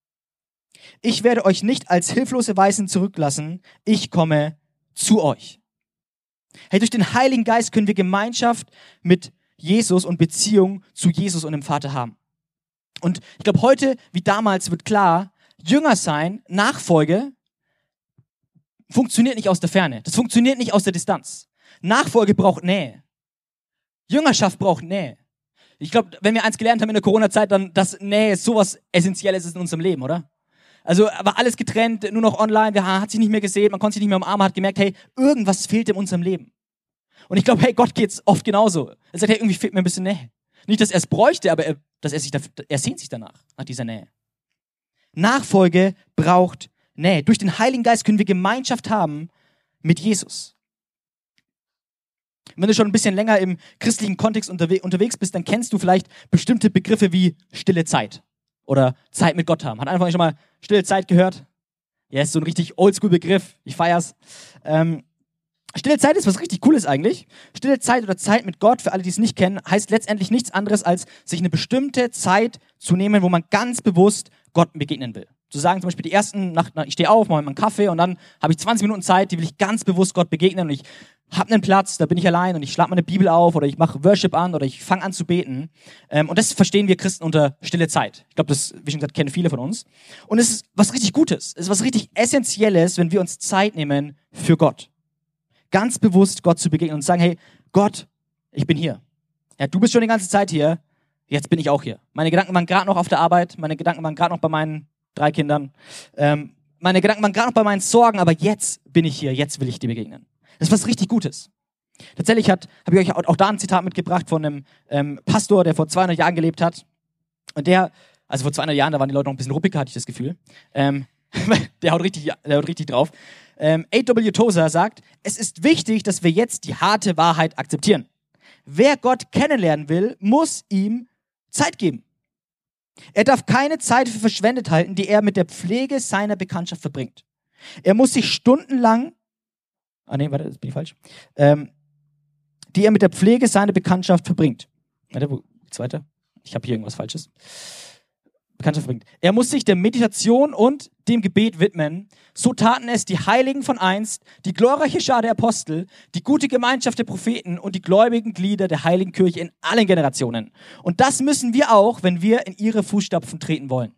Ich werde euch nicht als hilflose Waisen zurücklassen, ich komme zu euch. Hey, durch den Heiligen Geist können wir Gemeinschaft mit Jesus und Beziehung zu Jesus und dem Vater haben. Und ich glaube, heute wie damals wird klar, Jünger sein, Nachfolge, funktioniert nicht aus der Ferne. Das funktioniert nicht aus der Distanz. Nachfolge braucht Nähe. Jüngerschaft braucht Nähe. Ich glaube, wenn wir eins gelernt haben in der Corona-Zeit, dann, dass Nähe sowas Essentielles ist in unserem Leben, oder? Also war alles getrennt, nur noch online, man hat sich nicht mehr gesehen, man konnte sich nicht mehr umarmen, hat gemerkt, hey, irgendwas fehlt in unserem Leben. Und ich glaube, hey, Gott geht's oft genauso. Er sagt, hey, irgendwie fehlt mir ein bisschen Nähe. Nicht, dass er es bräuchte, aber er sehnt sich danach, nach dieser Nähe. Nachfolge braucht Nähe. Durch den Heiligen Geist können wir Gemeinschaft haben mit Jesus. Wenn du schon ein bisschen länger im christlichen Kontext unterwegs bist, dann kennst du vielleicht bestimmte Begriffe wie stille Zeit oder Zeit mit Gott haben. Hat einfach schon mal stille Zeit gehört? Ja, ist so ein richtig Oldschool-Begriff. Ich feier's. Stille Zeit ist was richtig Cooles eigentlich. Stille Zeit oder Zeit mit Gott, für alle, die es nicht kennen, heißt letztendlich nichts anderes, als sich eine bestimmte Zeit zu nehmen, wo man ganz bewusst Gott begegnen will. Zu sagen zum Beispiel die ersten Nacht, ich stehe auf, mache mir einen Kaffee und dann habe ich 20 Minuten Zeit, die will ich ganz bewusst Gott begegnen und ich habe einen Platz, da bin ich allein und ich schlage meine Bibel auf oder ich mache Worship an oder ich fange an zu beten. Und das verstehen wir Christen unter stille Zeit. Ich glaube, das, wie schon gesagt, kennen viele von uns. Und es ist was richtig Gutes, es ist was richtig Essentielles, wenn wir uns Zeit nehmen für Gott. Ganz bewusst Gott zu begegnen und sagen, hey, Gott, ich bin hier. Ja, du bist schon die ganze Zeit hier, jetzt bin ich auch hier. Meine Gedanken waren gerade noch auf der Arbeit, meine Gedanken waren gerade noch bei meinen 3 Kindern. Meine Gedanken waren gerade noch bei meinen Sorgen, aber jetzt bin ich hier, jetzt will ich dir begegnen. Das ist was richtig Gutes. Tatsächlich habe ich euch auch da ein Zitat mitgebracht von einem Pastor, der vor 200 Jahren gelebt hat. Und also vor 200 Jahren, da waren die Leute noch ein bisschen ruppiger, hatte ich das Gefühl. Der haut richtig drauf. A.W. Tozer sagt, es ist wichtig, dass wir jetzt die harte Wahrheit akzeptieren. Wer Gott kennenlernen will, muss ihm Zeit geben. Er darf keine Zeit für verschwendet halten, die er mit der Pflege seiner Bekanntschaft verbringt. Er muss sich stundenlang, das bin ich falsch, die er mit der Pflege seiner Bekanntschaft verbringt. Zweiter? Ich habe hier irgendwas Falsches. Bekanntschaft verbringt. Er muss sich der Meditation und dem Gebet widmen. So taten es die Heiligen von einst, die glorreiche Schar der Apostel, die gute Gemeinschaft der Propheten und die gläubigen Glieder der Heiligen Kirche in allen Generationen. Und das müssen wir auch, wenn wir in ihre Fußstapfen treten wollen.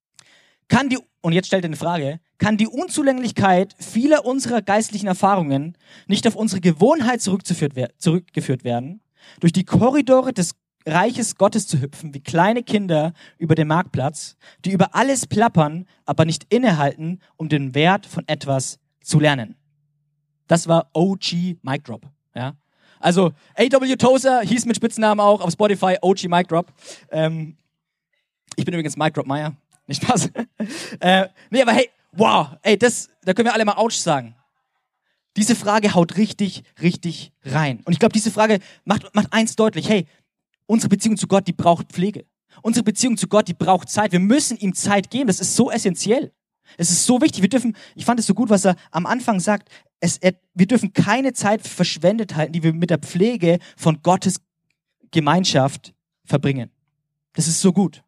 Und jetzt stellt er eine Frage, kann die Unzulänglichkeit vieler unserer geistlichen Erfahrungen nicht auf unsere Gewohnheit zurückgeführt werden, durch die Korridore des Reiches Gottes zu hüpfen, wie kleine Kinder über den Marktplatz, die über alles plappern, aber nicht innehalten, um den Wert von etwas zu lernen. Das war OG Mic Drop. Ja? Also A.W. Tozer hieß mit Spitznamen auch auf Spotify OG Mic Drop. Ich bin übrigens Mic Drop Meier. Nicht Spaß. Aber hey, wow, da können wir alle mal Ouch sagen. Diese Frage haut richtig, richtig rein. Und ich glaube, diese Frage macht eins deutlich. Hey, unsere Beziehung zu Gott, die braucht Pflege. Unsere Beziehung zu Gott, die braucht Zeit. Wir müssen ihm Zeit geben. Das ist so essentiell. Es ist so wichtig. Ich fand es so gut, was er am Anfang sagt. Wir dürfen keine Zeit verschwendet halten, die wir mit der Pflege von Gottes Gemeinschaft verbringen. Das ist so gut.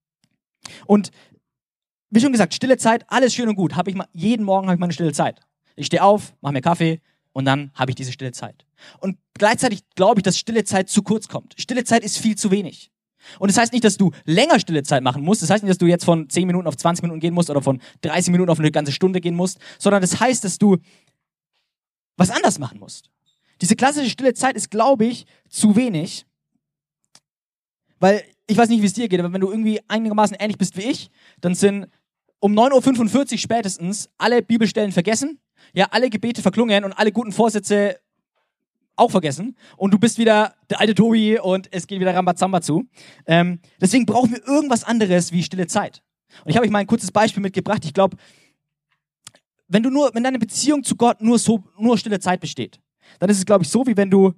Und wie schon gesagt, stille Zeit, alles schön und gut. Jeden Morgen habe ich meine stille Zeit. Ich stehe auf, mache mir Kaffee und dann habe ich diese stille Zeit. Und gleichzeitig glaube ich, dass stille Zeit zu kurz kommt. Stille Zeit ist viel zu wenig. Und das heißt nicht, dass du länger stille Zeit machen musst. Das heißt nicht, dass du jetzt von 10 Minuten auf 20 Minuten gehen musst oder von 30 Minuten auf eine ganze Stunde gehen musst, sondern das heißt, dass du was anders machen musst. Diese klassische stille Zeit ist, glaube ich, zu wenig, weil ich weiß nicht, wie es dir geht, aber wenn du irgendwie einigermaßen ähnlich bist wie ich, dann sind um 9:45 Uhr spätestens alle Bibelstellen vergessen, ja, alle Gebete verklungen und alle guten Vorsätze auch vergessen und du bist wieder der alte Tobi und es geht wieder Rambazamba zu. Deswegen brauchen wir irgendwas anderes wie stille Zeit. Und ich habe euch mal ein kurzes Beispiel mitgebracht. Ich glaube, wenn deine Beziehung zu Gott nur stille Zeit besteht, dann ist es, glaube ich, so, wie wenn wir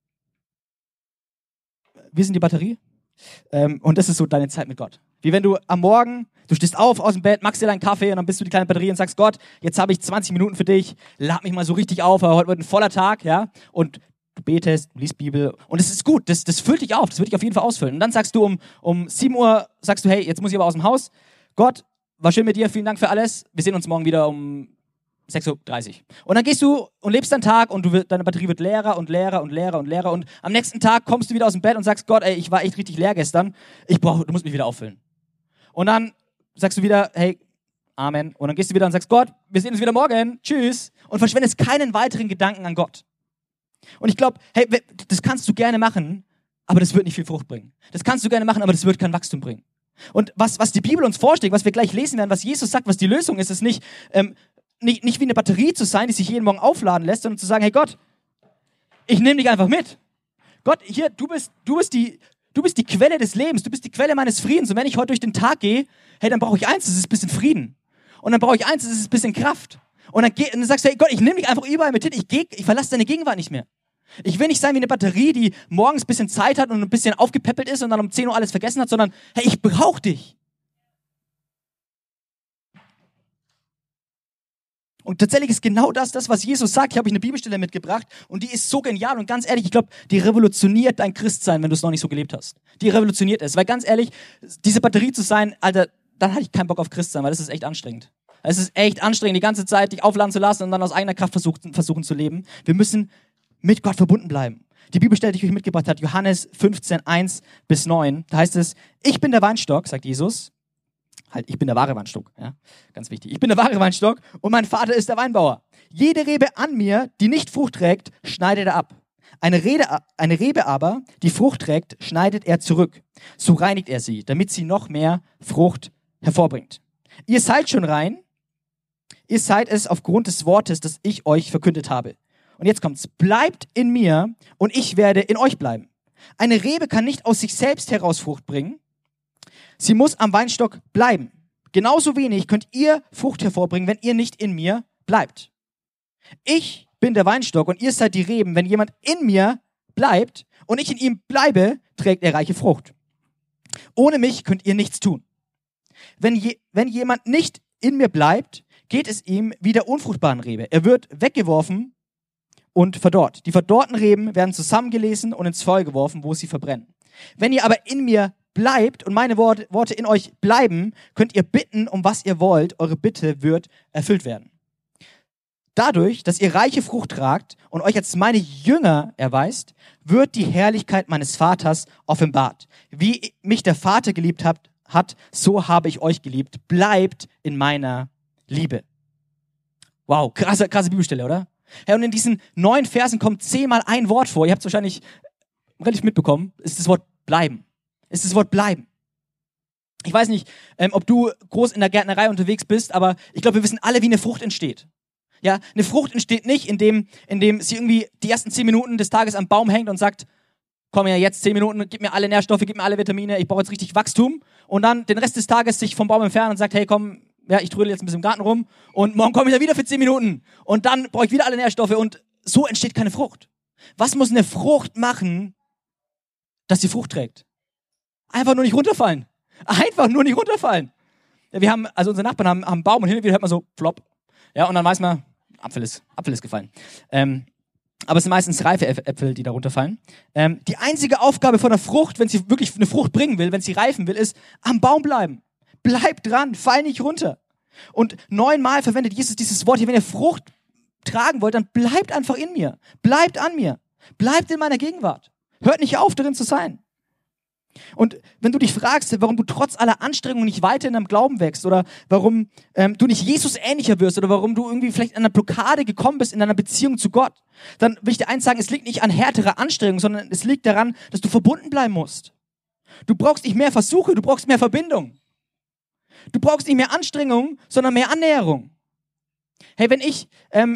sind die Batterie, und das ist so deine Zeit mit Gott. Wie wenn du am Morgen, du stehst auf aus dem Bett, machst dir deinen Kaffee und dann bist du die kleine Batterie und sagst, Gott, jetzt habe ich 20 Minuten für dich, lad mich mal so richtig auf, weil heute wird ein voller Tag, ja, und du betest, du liest Bibel und es ist gut, das füllt dich auf, das wird dich auf jeden Fall ausfüllen. Und dann sagst du um 7 Uhr, sagst du, hey, jetzt muss ich aber aus dem Haus. Gott, war schön mit dir, vielen Dank für alles, wir sehen uns morgen wieder um 6:30 Uhr. Und dann gehst du und lebst deinen Tag und deine Batterie wird leerer und leerer und leerer und leerer und am nächsten Tag kommst du wieder aus dem Bett und sagst, Gott, ich war echt richtig leer gestern, du musst mich wieder auffüllen. Und dann sagst du wieder, hey, Amen. Und dann gehst du wieder und sagst, Gott, wir sehen uns wieder morgen, tschüss. Und verschwendest keinen weiteren Gedanken an Gott. Und ich glaube, hey, das kannst du gerne machen, aber das wird nicht viel Frucht bringen. Das kannst du gerne machen, aber das wird kein Wachstum bringen. Und was die Bibel uns vorschlägt, was wir gleich lesen werden, was Jesus sagt, was die Lösung ist, ist nicht wie eine Batterie zu sein, die sich jeden Morgen aufladen lässt, sondern zu sagen, hey Gott, ich nehme dich einfach mit. Gott, hier, du bist die Quelle des Lebens, du bist die Quelle meines Friedens. Und wenn ich heute durch den Tag gehe, hey, dann brauche ich eins, das ist ein bisschen Frieden. Und dann brauche ich eins, das ist ein bisschen Kraft. Und dann sagst du, hey Gott, ich nehme dich einfach überall mit hin, ich verlasse deine Gegenwart nicht mehr. Ich will nicht sein wie eine Batterie, die morgens ein bisschen Zeit hat und ein bisschen aufgepäppelt ist und dann um 10 Uhr alles vergessen hat, sondern hey, ich brauche dich. Und tatsächlich ist genau das, was Jesus sagt. Ich habe euch eine Bibelstelle mitgebracht und die ist so genial und ganz ehrlich, ich glaube, die revolutioniert dein Christsein, wenn du es noch nicht so gelebt hast. Die revolutioniert es, weil ganz ehrlich, diese Batterie zu sein, Alter, dann hatte ich keinen Bock auf Christsein, weil das ist echt anstrengend. Es ist echt anstrengend, die ganze Zeit dich aufladen zu lassen und dann aus eigener Kraft versuchen zu leben. Wir müssen mit Gott verbunden bleiben. Die Bibelstelle, die ich euch mitgebracht habe, Johannes 15, 1-9, da heißt es, ich bin der Weinstock, sagt Jesus. Halt, ich bin der wahre Weinstock, ja, ganz wichtig. Ich bin der wahre Weinstock und mein Vater ist der Weinbauer. Jede Rebe an mir, die nicht Frucht trägt, schneidet er ab. Eine Rebe aber, die Frucht trägt, schneidet er zurück. So reinigt er sie, damit sie noch mehr Frucht hervorbringt. Ihr seid schon rein. Ihr seid es aufgrund des Wortes, das ich euch verkündet habe. Und jetzt kommt's. Bleibt in mir und ich werde in euch bleiben. Eine Rebe kann nicht aus sich selbst heraus Frucht bringen. Sie muss am Weinstock bleiben. Genauso wenig könnt ihr Frucht hervorbringen, wenn ihr nicht in mir bleibt. Ich bin der Weinstock und ihr seid die Reben. Wenn jemand in mir bleibt und ich in ihm bleibe, trägt er reiche Frucht. Ohne mich könnt ihr nichts tun. Wenn jemand nicht in mir bleibt, geht es ihm wie der unfruchtbaren Rebe. Er wird weggeworfen und verdorrt. Die verdorrten Reben werden zusammengelesen und ins Feuer geworfen, wo sie verbrennen. Wenn ihr aber in mir bleibt und meine Worte in euch bleiben, könnt ihr bitten, um was ihr wollt. Eure Bitte wird erfüllt werden. Dadurch, dass ihr reiche Frucht tragt und euch als meine Jünger erweist, wird die Herrlichkeit meines Vaters offenbart. Wie mich der Vater geliebt hat, so habe ich euch geliebt. Bleibt in meiner Liebe. Wow, krasse Bibelstelle, oder? Ja, und in diesen 9 Versen kommt 10-mal ein Wort vor. Ihr habt es wahrscheinlich relativ mitbekommen. Es ist das Wort bleiben. Es ist das Wort bleiben. Ich weiß nicht, ob du groß in der Gärtnerei unterwegs bist, aber ich glaube, wir wissen alle, wie eine Frucht entsteht. Ja, eine Frucht entsteht nicht, indem sie irgendwie die ersten 10 Minuten des Tages am Baum hängt und sagt, komm ja jetzt 10 Minuten, gib mir alle Nährstoffe, gib mir alle Vitamine, ich brauche jetzt richtig Wachstum. Und dann den Rest des Tages sich vom Baum entfernen und sagt, hey komm, ja, ich trödel jetzt ein bisschen im Garten rum und morgen komme ich dann wieder für 10 Minuten. Und dann brauche ich wieder alle Nährstoffe und so entsteht keine Frucht. Was muss eine Frucht machen, dass sie Frucht trägt? Einfach nur nicht runterfallen. Einfach nur nicht runterfallen. Ja, unsere Nachbarn haben einen Baum und hin und wieder hört man so, flop. Ja, und dann weiß man, Apfel ist gefallen. Aber es sind meistens reife Äpfel, die da runterfallen. Die einzige Aufgabe von einer Frucht, wenn sie wirklich eine Frucht bringen will, wenn sie reifen will, ist am Baum bleiben. Bleib dran, fall nicht runter. Und 9-mal verwendet Jesus dieses Wort hier, wenn ihr Frucht tragen wollt, dann bleibt einfach in mir. Bleibt an mir. Bleibt in meiner Gegenwart. Hört nicht auf, darin zu sein. Und wenn du dich fragst, warum du trotz aller Anstrengungen nicht weiter in deinem Glauben wächst oder warum du nicht Jesus ähnlicher wirst oder warum du irgendwie vielleicht an einer Blockade gekommen bist in deiner Beziehung zu Gott, dann will ich dir eins sagen, es liegt nicht an härterer Anstrengung, sondern es liegt daran, dass du verbunden bleiben musst. Du brauchst nicht mehr Versuche, du brauchst mehr Verbindung. Du brauchst nicht mehr Anstrengung, sondern mehr Annäherung. Hey, wenn ich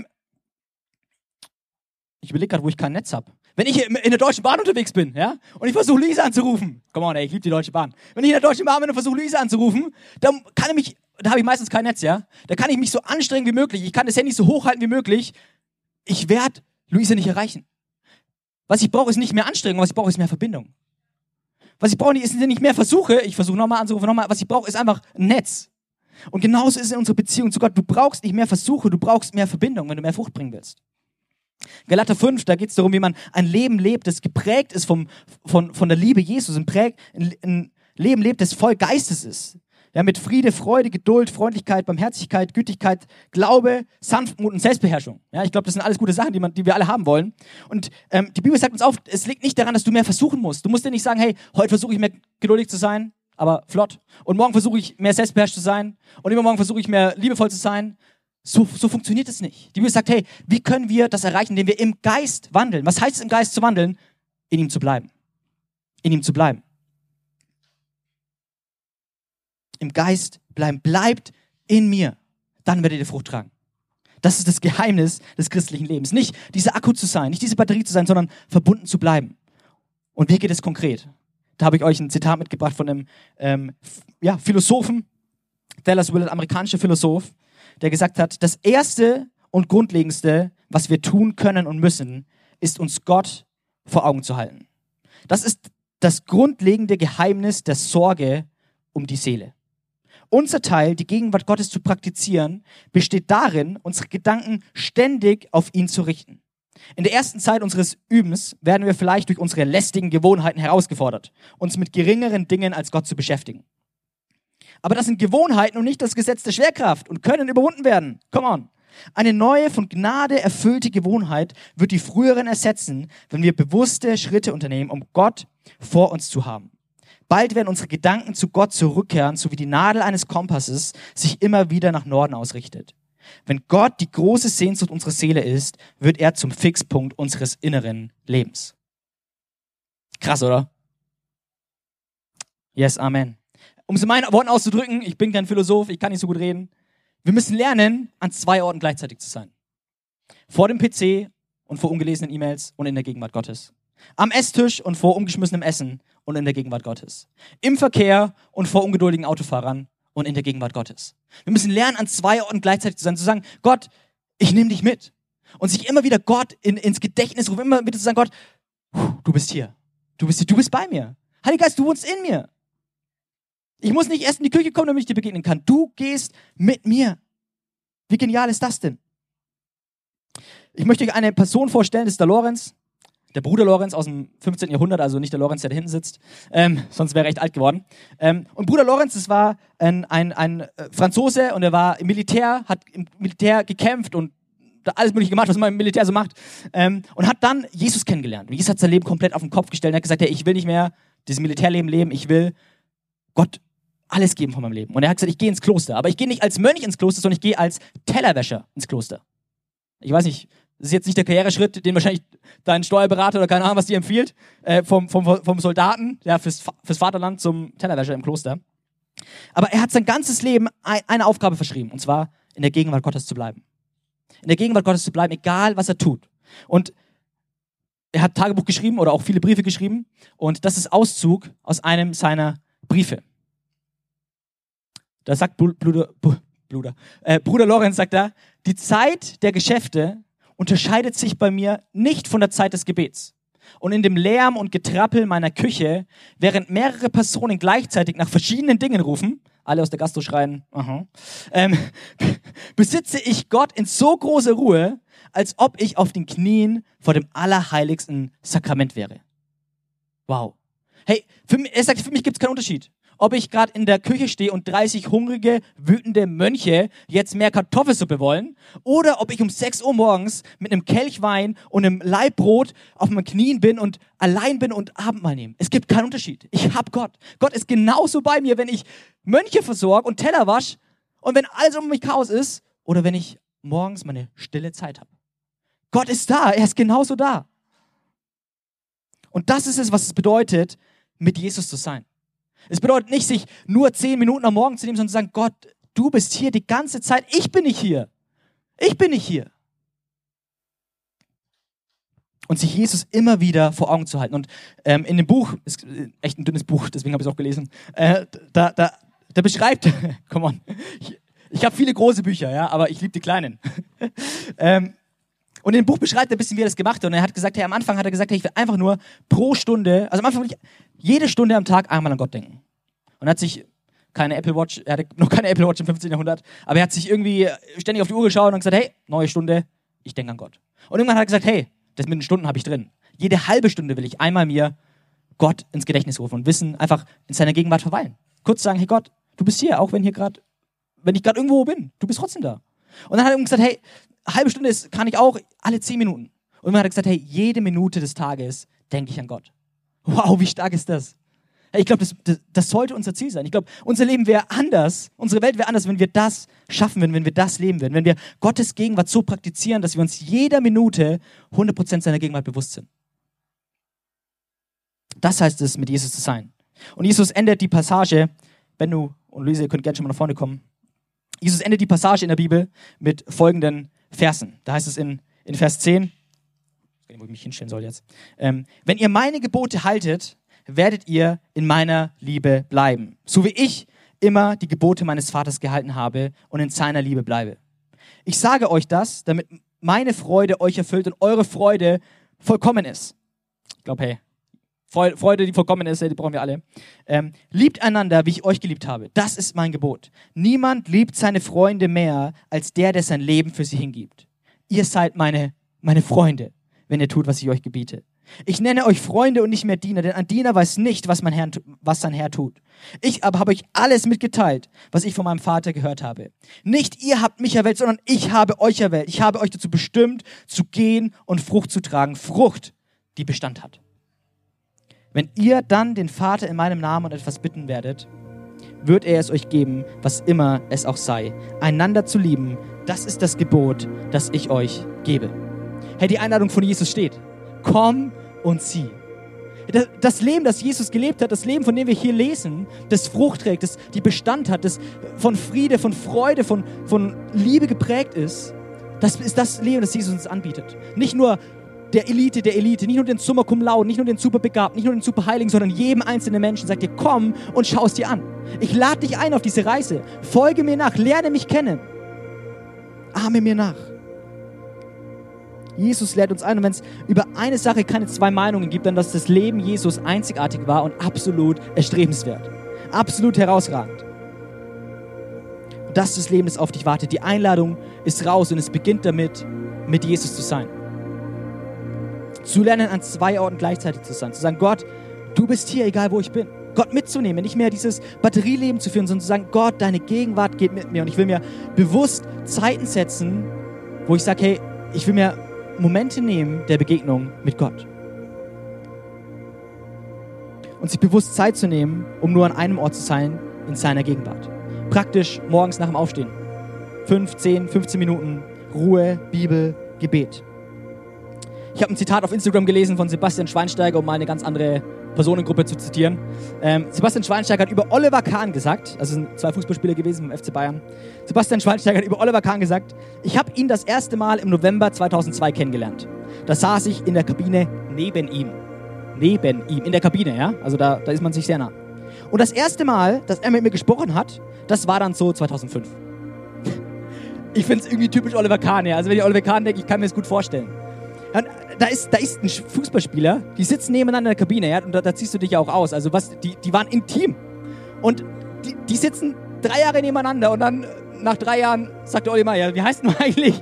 überlege gerade, wo ich kein Netz habe. Wenn ich in der Deutschen Bahn unterwegs bin, ja, und ich versuche Luisa anzurufen, come on, ey, ich liebe die Deutsche Bahn. Wenn ich in der Deutschen Bahn bin und versuche Luisa anzurufen, dann da habe ich meistens kein Netz, ja. Da kann ich mich so anstrengen wie möglich. Ich kann das Handy so hochhalten wie möglich. Ich werde Luisa nicht erreichen. Was ich brauche, ist nicht mehr Anstrengung, was ich brauche, ist mehr Verbindung. Was ich brauche, sind nicht mehr Versuche. Ich versuche nochmal anzurufen, nochmal. Was ich brauche, ist einfach ein Netz. Und genauso ist es in unserer Beziehung zu Gott. Du brauchst nicht mehr Versuche, du brauchst mehr Verbindung, wenn du mehr Frucht bringen willst. Galater 5, da geht es darum, wie man ein Leben lebt, das geprägt ist von der Liebe Jesus. Ein Leben lebt, das voll Geistes ist. Ja, mit Friede, Freude, Geduld, Freundlichkeit, Barmherzigkeit, Gütigkeit, Glaube, Sanftmut und Selbstbeherrschung. Ja, ich glaube, das sind alles gute Sachen, die wir alle haben wollen. Und die Bibel sagt uns auf, es liegt nicht daran, dass du mehr versuchen musst. Du musst dir nicht sagen, hey, heute versuche ich mehr geduldig zu sein, aber flott. Und morgen versuche ich mehr selbstbeherrscht zu sein. Und übermorgen versuche ich mehr liebevoll zu sein. So funktioniert es nicht. Die Bibel sagt, hey, wie können wir das erreichen, indem wir im Geist wandeln? Was heißt es, im Geist zu wandeln? In ihm zu bleiben. In ihm zu bleiben. Im Geist bleiben. Bleibt in mir. Dann werdet ihr Frucht tragen. Das ist das Geheimnis des christlichen Lebens. Nicht dieser Akku zu sein, nicht diese Batterie zu sein, sondern verbunden zu bleiben. Und wie geht es konkret? Da habe ich euch ein Zitat mitgebracht von einem Philosophen, Dallas Willard, amerikanischer Philosoph, der gesagt hat, das Erste und Grundlegendste, was wir tun können und müssen, ist uns Gott vor Augen zu halten. Das ist das grundlegende Geheimnis der Sorge um die Seele. Unser Teil, die Gegenwart Gottes zu praktizieren, besteht darin, unsere Gedanken ständig auf ihn zu richten. In der ersten Zeit unseres Übens werden wir vielleicht durch unsere lästigen Gewohnheiten herausgefordert, uns mit geringeren Dingen als Gott zu beschäftigen. Aber das sind Gewohnheiten und nicht das Gesetz der Schwerkraft und können überwunden werden. Come on. Eine neue, von Gnade erfüllte Gewohnheit wird die früheren ersetzen, wenn wir bewusste Schritte unternehmen, um Gott vor uns zu haben. Bald werden unsere Gedanken zu Gott zurückkehren, so wie die Nadel eines Kompasses sich immer wieder nach Norden ausrichtet. Wenn Gott die große Sehnsucht unserer Seele ist, wird er zum Fixpunkt unseres inneren Lebens. Krass, oder? Yes, Amen. um es in meinen Worten auszudrücken, ich bin kein Philosoph, ich kann nicht so gut reden. Wir müssen lernen, an 2 Orten gleichzeitig zu sein. Vor dem PC und vor ungelesenen E-Mails und in der Gegenwart Gottes. Am Esstisch und vor umgeschmissenem Essen und in der Gegenwart Gottes. Im Verkehr und vor ungeduldigen Autofahrern und in der Gegenwart Gottes. Wir müssen lernen, an 2 Orten gleichzeitig zu sein, zu sagen, Gott, ich nehme dich mit. Und sich immer wieder Gott ins Gedächtnis rufen, immer wieder zu sagen, Gott, du bist hier. Du bist bei mir. Heiliger Geist, du wohnst in mir. Ich muss nicht erst in die Küche kommen, damit ich dir begegnen kann. Du gehst mit mir. Wie genial ist das denn? Ich möchte euch eine Person vorstellen, das ist der Lorenz, der Bruder Lorenz aus dem 15. Jahrhundert, also nicht der Lorenz, der da hinten sitzt, sonst wäre er echt alt geworden. Und Bruder Lorenz, das war ein Franzose und er war im Militär, hat im Militär gekämpft und alles mögliche gemacht, was man im Militär so macht. Und hat dann Jesus kennengelernt. Und Jesus hat sein Leben komplett auf den Kopf gestellt und hat gesagt, hey, ich will nicht mehr dieses Militärleben leben, ich will Gott alles geben von meinem Leben. Und er hat gesagt, ich gehe ins Kloster. Aber ich gehe nicht als Mönch ins Kloster, sondern ich gehe als Tellerwäscher ins Kloster. Ich weiß nicht, das ist jetzt nicht der Karriereschritt, den wahrscheinlich dein Steuerberater oder keine Ahnung, was dir empfiehlt, vom Soldaten, ja, fürs Vaterland zum Tellerwäscher im Kloster. Aber er hat sein ganzes Leben eine Aufgabe verschrieben, und zwar in der Gegenwart Gottes zu bleiben. In der Gegenwart Gottes zu bleiben, egal was er tut. Und er hat Tagebuch geschrieben oder auch viele Briefe geschrieben und das ist Auszug aus einem seiner Briefe. Da sagt Bruder Lorenz, sagt da, die Zeit der Geschäfte unterscheidet sich bei mir nicht von der Zeit des Gebets. Und in dem Lärm und Getrappel meiner Küche, während mehrere Personen gleichzeitig nach verschiedenen Dingen rufen, alle aus der Gastro schreien, besitze ich Gott in so großer Ruhe, als ob ich auf den Knien vor dem allerheiligsten Sakrament wäre. Wow. Hey, er sagt, für mich gibt es keinen Unterschied. Ob ich gerade in der Küche stehe und 30 hungrige, wütende Mönche jetzt mehr Kartoffelsuppe wollen oder ob ich um 6 Uhr morgens mit einem Kelch Wein und einem Laib Brot auf meinen Knien bin und allein bin und Abendmahl nehme. Es gibt keinen Unterschied. Ich habe Gott. Gott ist genauso bei mir, wenn ich Mönche versorge und Teller wasche und wenn alles um mich Chaos ist oder wenn ich morgens meine stille Zeit habe. Gott ist da. Er ist genauso da. Und das ist es, was es bedeutet, mit Jesus zu sein. Es bedeutet nicht, sich nur 10 Minuten am Morgen zu nehmen, sondern zu sagen, Gott, du bist hier die ganze Zeit, ich bin nicht hier. Ich bin nicht hier. Und sich Jesus immer wieder vor Augen zu halten. Und in dem Buch, ist echt ein dünnes Buch, deswegen habe ich es auch gelesen, da beschreibt, come on, ich habe viele große Bücher, ja, aber ich liebe die kleinen. Und in dem Buch beschreibt er ein bisschen, wie er das gemacht hat. Und er hat gesagt, hey, am Anfang hat er gesagt, hey, ich will einfach nur pro Stunde, also am Anfang will ich jede Stunde am Tag einmal an Gott denken. Und er hat sich keine Apple Watch, er hatte noch keine Apple Watch im 15. Jahrhundert, aber er hat sich irgendwie ständig auf die Uhr geschaut und gesagt, hey, neue Stunde, ich denke an Gott. Und irgendwann hat er gesagt, hey, das mit den Stunden habe ich drin. Jede halbe Stunde will ich einmal mir Gott ins Gedächtnis rufen und wissen, einfach in seiner Gegenwart verweilen. Kurz sagen, hey Gott, du bist hier, auch wenn ich gerade irgendwo bin, du bist trotzdem da. Und dann hat er gesagt, hey, halbe Stunde kann ich auch, alle 10 Minuten. Und dann hat er gesagt, hey, jede Minute des Tages denke ich an Gott. Wow, wie stark ist das? Hey, ich glaube, das sollte unser Ziel sein. Ich glaube, unser Leben wäre anders, unsere Welt wäre anders, wenn wir das schaffen würden, wenn wir das leben würden, wenn wir Gottes Gegenwart so praktizieren, dass wir uns jeder Minute 100% seiner Gegenwart bewusst sind. Das heißt es, mit Jesus zu sein. Und Jesus endet die Passage, Benno und Luise, ihr könnt gerne schon mal nach vorne kommen. Jesus endet die Passage in der Bibel mit folgenden Versen. Da heißt es in Vers 10, ich weiß nicht, wo ich mich hinstellen soll jetzt. Wenn ihr meine Gebote haltet, werdet ihr in meiner Liebe bleiben. So wie ich immer die Gebote meines Vaters gehalten habe und in seiner Liebe bleibe. Ich sage euch das, damit meine Freude euch erfüllt und eure Freude vollkommen ist. Ich glaube, hey, Freude, die vollkommen ist, die brauchen wir alle. Liebt einander, wie ich euch geliebt habe. Das ist mein Gebot. Niemand liebt seine Freunde mehr, als der sein Leben für sie hingibt. Ihr seid meine Freunde, wenn ihr tut, was ich euch gebiete. Ich nenne euch Freunde und nicht mehr Diener, denn ein Diener weiß nicht, was sein Herr tut. Ich aber habe euch alles mitgeteilt, was ich von meinem Vater gehört habe. Nicht ihr habt mich erwählt, sondern ich habe euch erwählt. Ich habe euch dazu bestimmt, zu gehen und Frucht zu tragen. Frucht, die Bestand hat. Wenn ihr dann den Vater in meinem Namen um etwas bitten werdet, wird er es euch geben, was immer es auch sei. Einander zu lieben, das ist das Gebot, das ich euch gebe. Hey, die Einladung von Jesus steht. Komm und sieh. Das Leben, das Jesus gelebt hat, das Leben, von dem wir hier lesen, das Frucht trägt, das die Bestand hat, das von Friede, von Freude, von Liebe geprägt ist, das ist das Leben, das Jesus uns anbietet. Nicht nur der Elite, nicht nur den Summa Cum Laude, nicht nur den Superbegabten, nicht nur den Superheiligen, sondern jedem einzelnen Menschen sagt dir, komm und schau es dir an. Ich lade dich ein auf diese Reise. Folge mir nach, lerne mich kennen. Ahme mir nach. Jesus lädt uns ein, und wenn es über eine Sache keine zwei Meinungen gibt, dann dass das Leben Jesus einzigartig war und absolut erstrebenswert. Absolut herausragend. Und das ist das Leben, das auf dich wartet. Die Einladung ist raus und es beginnt damit, mit Jesus zu sein. Zu lernen, an zwei Orten gleichzeitig zu sein. Zu sagen, Gott, du bist hier, egal wo ich bin. Gott mitzunehmen, nicht mehr dieses Batterieleben zu führen, sondern zu sagen, Gott, deine Gegenwart geht mit mir. Und ich will mir bewusst Zeiten setzen, wo ich sage, hey, ich will mir Momente nehmen der Begegnung mit Gott. Und sich bewusst Zeit zu nehmen, um nur an einem Ort zu sein, in seiner Gegenwart. Praktisch morgens nach dem Aufstehen. 15 Minuten Ruhe, Bibel, Gebet. Ich habe ein Zitat auf Instagram gelesen von Sebastian Schweinsteiger, um mal eine ganz andere Personengruppe zu zitieren. Sebastian Schweinsteiger hat über Oliver Kahn gesagt, also sind 2 Fußballspieler gewesen vom FC Bayern. Sebastian Schweinsteiger hat über Oliver Kahn gesagt, ich habe ihn das erste Mal im November 2002 kennengelernt. Da saß ich in der Kabine neben ihm. Neben ihm, in der Kabine, ja? Also da ist man sich sehr nah. Und das erste Mal, dass er mit mir gesprochen hat, das war dann so 2005. Ich finde es irgendwie typisch Oliver Kahn, ja. Also wenn ich Oliver Kahn denke, ich kann mir das gut vorstellen. Da ist ein Fußballspieler, die sitzen nebeneinander in der Kabine, ja, und da ziehst du dich ja auch aus. Also die waren intim. Und die sitzen 3 Jahre nebeneinander und dann nach 3 Jahren sagt der Oliver, ja, wie heißt du eigentlich?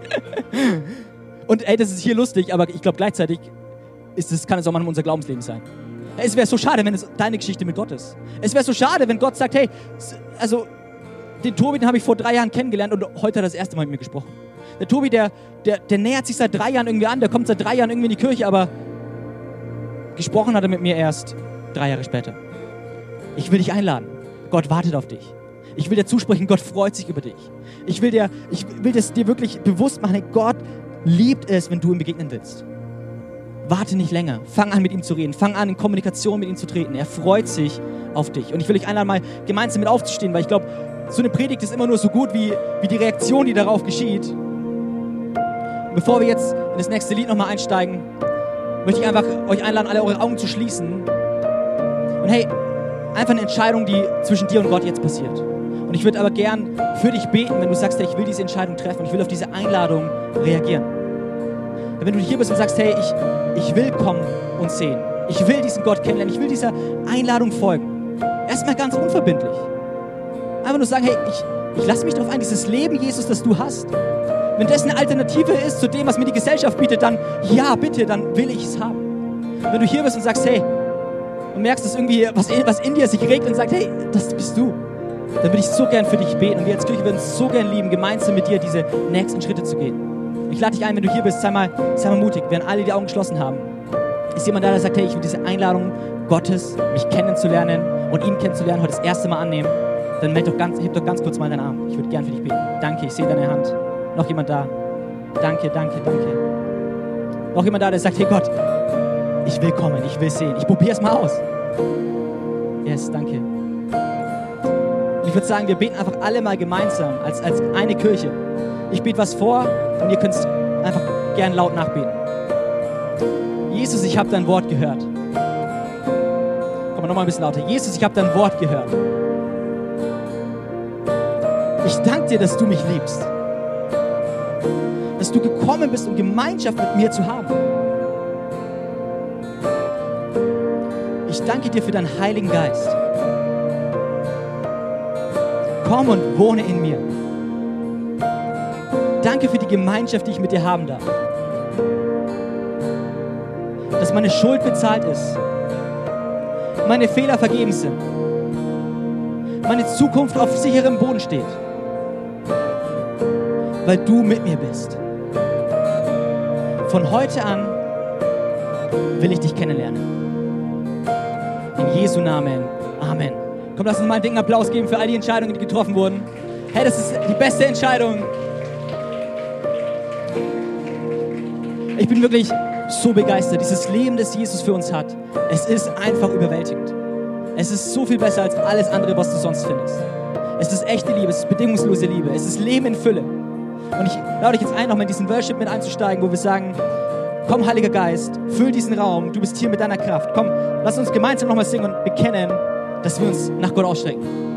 Und ey, das ist hier lustig, aber ich glaube gleichzeitig kann es auch manchmal unser Glaubensleben sein. Es wäre so schade, wenn es deine Geschichte mit Gott ist. Es wäre so schade, wenn Gott sagt, hey, also den Tobi, den habe ich vor 3 Jahren kennengelernt und heute hat er das erste Mal mit mir gesprochen. Der Tobi, der nähert sich seit 3 Jahren irgendwie an, der kommt seit 3 Jahren irgendwie in die Kirche, aber gesprochen hat er mit mir erst 3 Jahre später. Ich will dich einladen. Gott wartet auf dich. Ich will dir zusprechen, Gott freut sich über dich. Ich will das dir wirklich bewusst machen, hey, Gott liebt es, wenn du ihm begegnen willst. Warte nicht länger. Fang an, mit ihm zu reden. Fang an, in Kommunikation mit ihm zu treten. Er freut sich auf dich. Und ich will dich einladen, mal gemeinsam mit aufzustehen, weil ich glaube, so eine Predigt ist immer nur so gut wie die Reaktion, die darauf geschieht. Bevor wir jetzt in das nächste Lied nochmal einsteigen, möchte ich einfach euch einladen, alle eure Augen zu schließen. Und hey, einfach eine Entscheidung, die zwischen dir und Gott jetzt passiert. Und ich würde aber gern für dich beten, wenn du sagst, hey, ich will diese Entscheidung treffen und ich will auf diese Einladung reagieren. Wenn du hier bist und sagst, hey, ich will kommen und sehen. Ich will diesen Gott kennenlernen. Ich will dieser Einladung folgen. Erstmal ganz unverbindlich. Einfach nur sagen, hey, ich lasse mich darauf ein, dieses Leben, Jesus, das du hast. Wenn das eine Alternative ist zu dem, was mir die Gesellschaft bietet, dann ja, bitte, dann will ich es haben. Wenn du hier bist und sagst, hey, und merkst, dass irgendwie was in dir sich regt und sagt, hey, das bist du, dann würde ich so gern für dich beten. Und wir als Kirche würden es so gern lieben, gemeinsam mit dir diese nächsten Schritte zu gehen. Ich lade dich ein, wenn du hier bist, sei mal mutig. Während alle die Augen geschlossen haben, ist jemand da, der sagt, hey, ich will diese Einladung Gottes, mich kennenzulernen und ihn kennenzulernen, heute das erste Mal annehmen. Dann heb doch ganz kurz mal deinen Arm. Ich würde gern für dich beten. Danke, ich sehe deine Hand. Noch jemand da? Danke. Noch jemand da, der sagt, hey Gott, ich will kommen, ich will sehen. Ich probiere es mal aus. Yes, danke. Und ich würde sagen, wir beten einfach alle mal gemeinsam, als eine Kirche. Ich bete was vor und ihr könnt es einfach gern laut nachbeten. Jesus, ich habe dein Wort gehört. Komm mal nochmal ein bisschen lauter. Jesus, ich habe dein Wort gehört. Ich danke dir, dass du mich liebst. Dass du gekommen bist, um Gemeinschaft mit mir zu haben. Ich danke dir für deinen Heiligen Geist. Komm und wohne in mir. Danke für die Gemeinschaft, die ich mit dir haben darf. Dass meine Schuld bezahlt ist. Meine Fehler vergeben sind. Meine Zukunft auf sicherem Boden steht. Weil du mit mir bist. Von heute an will ich dich kennenlernen. In Jesu Namen. Amen. Komm, lass uns mal einen dicken Applaus geben für all die Entscheidungen, die getroffen wurden. Hey, das ist die beste Entscheidung. Ich bin wirklich so begeistert. Dieses Leben, das Jesus für uns hat, es ist einfach überwältigend. Es ist so viel besser als alles andere, was du sonst findest. Es ist echte Liebe, es ist bedingungslose Liebe, es ist Leben in Fülle. Und ich lade dich jetzt ein, nochmal in diesen Worship mit einzusteigen, wo wir sagen, komm, Heiliger Geist, füll diesen Raum, du bist hier mit deiner Kraft. Komm, lass uns gemeinsam nochmal singen und bekennen, dass wir uns nach Gott ausstrecken.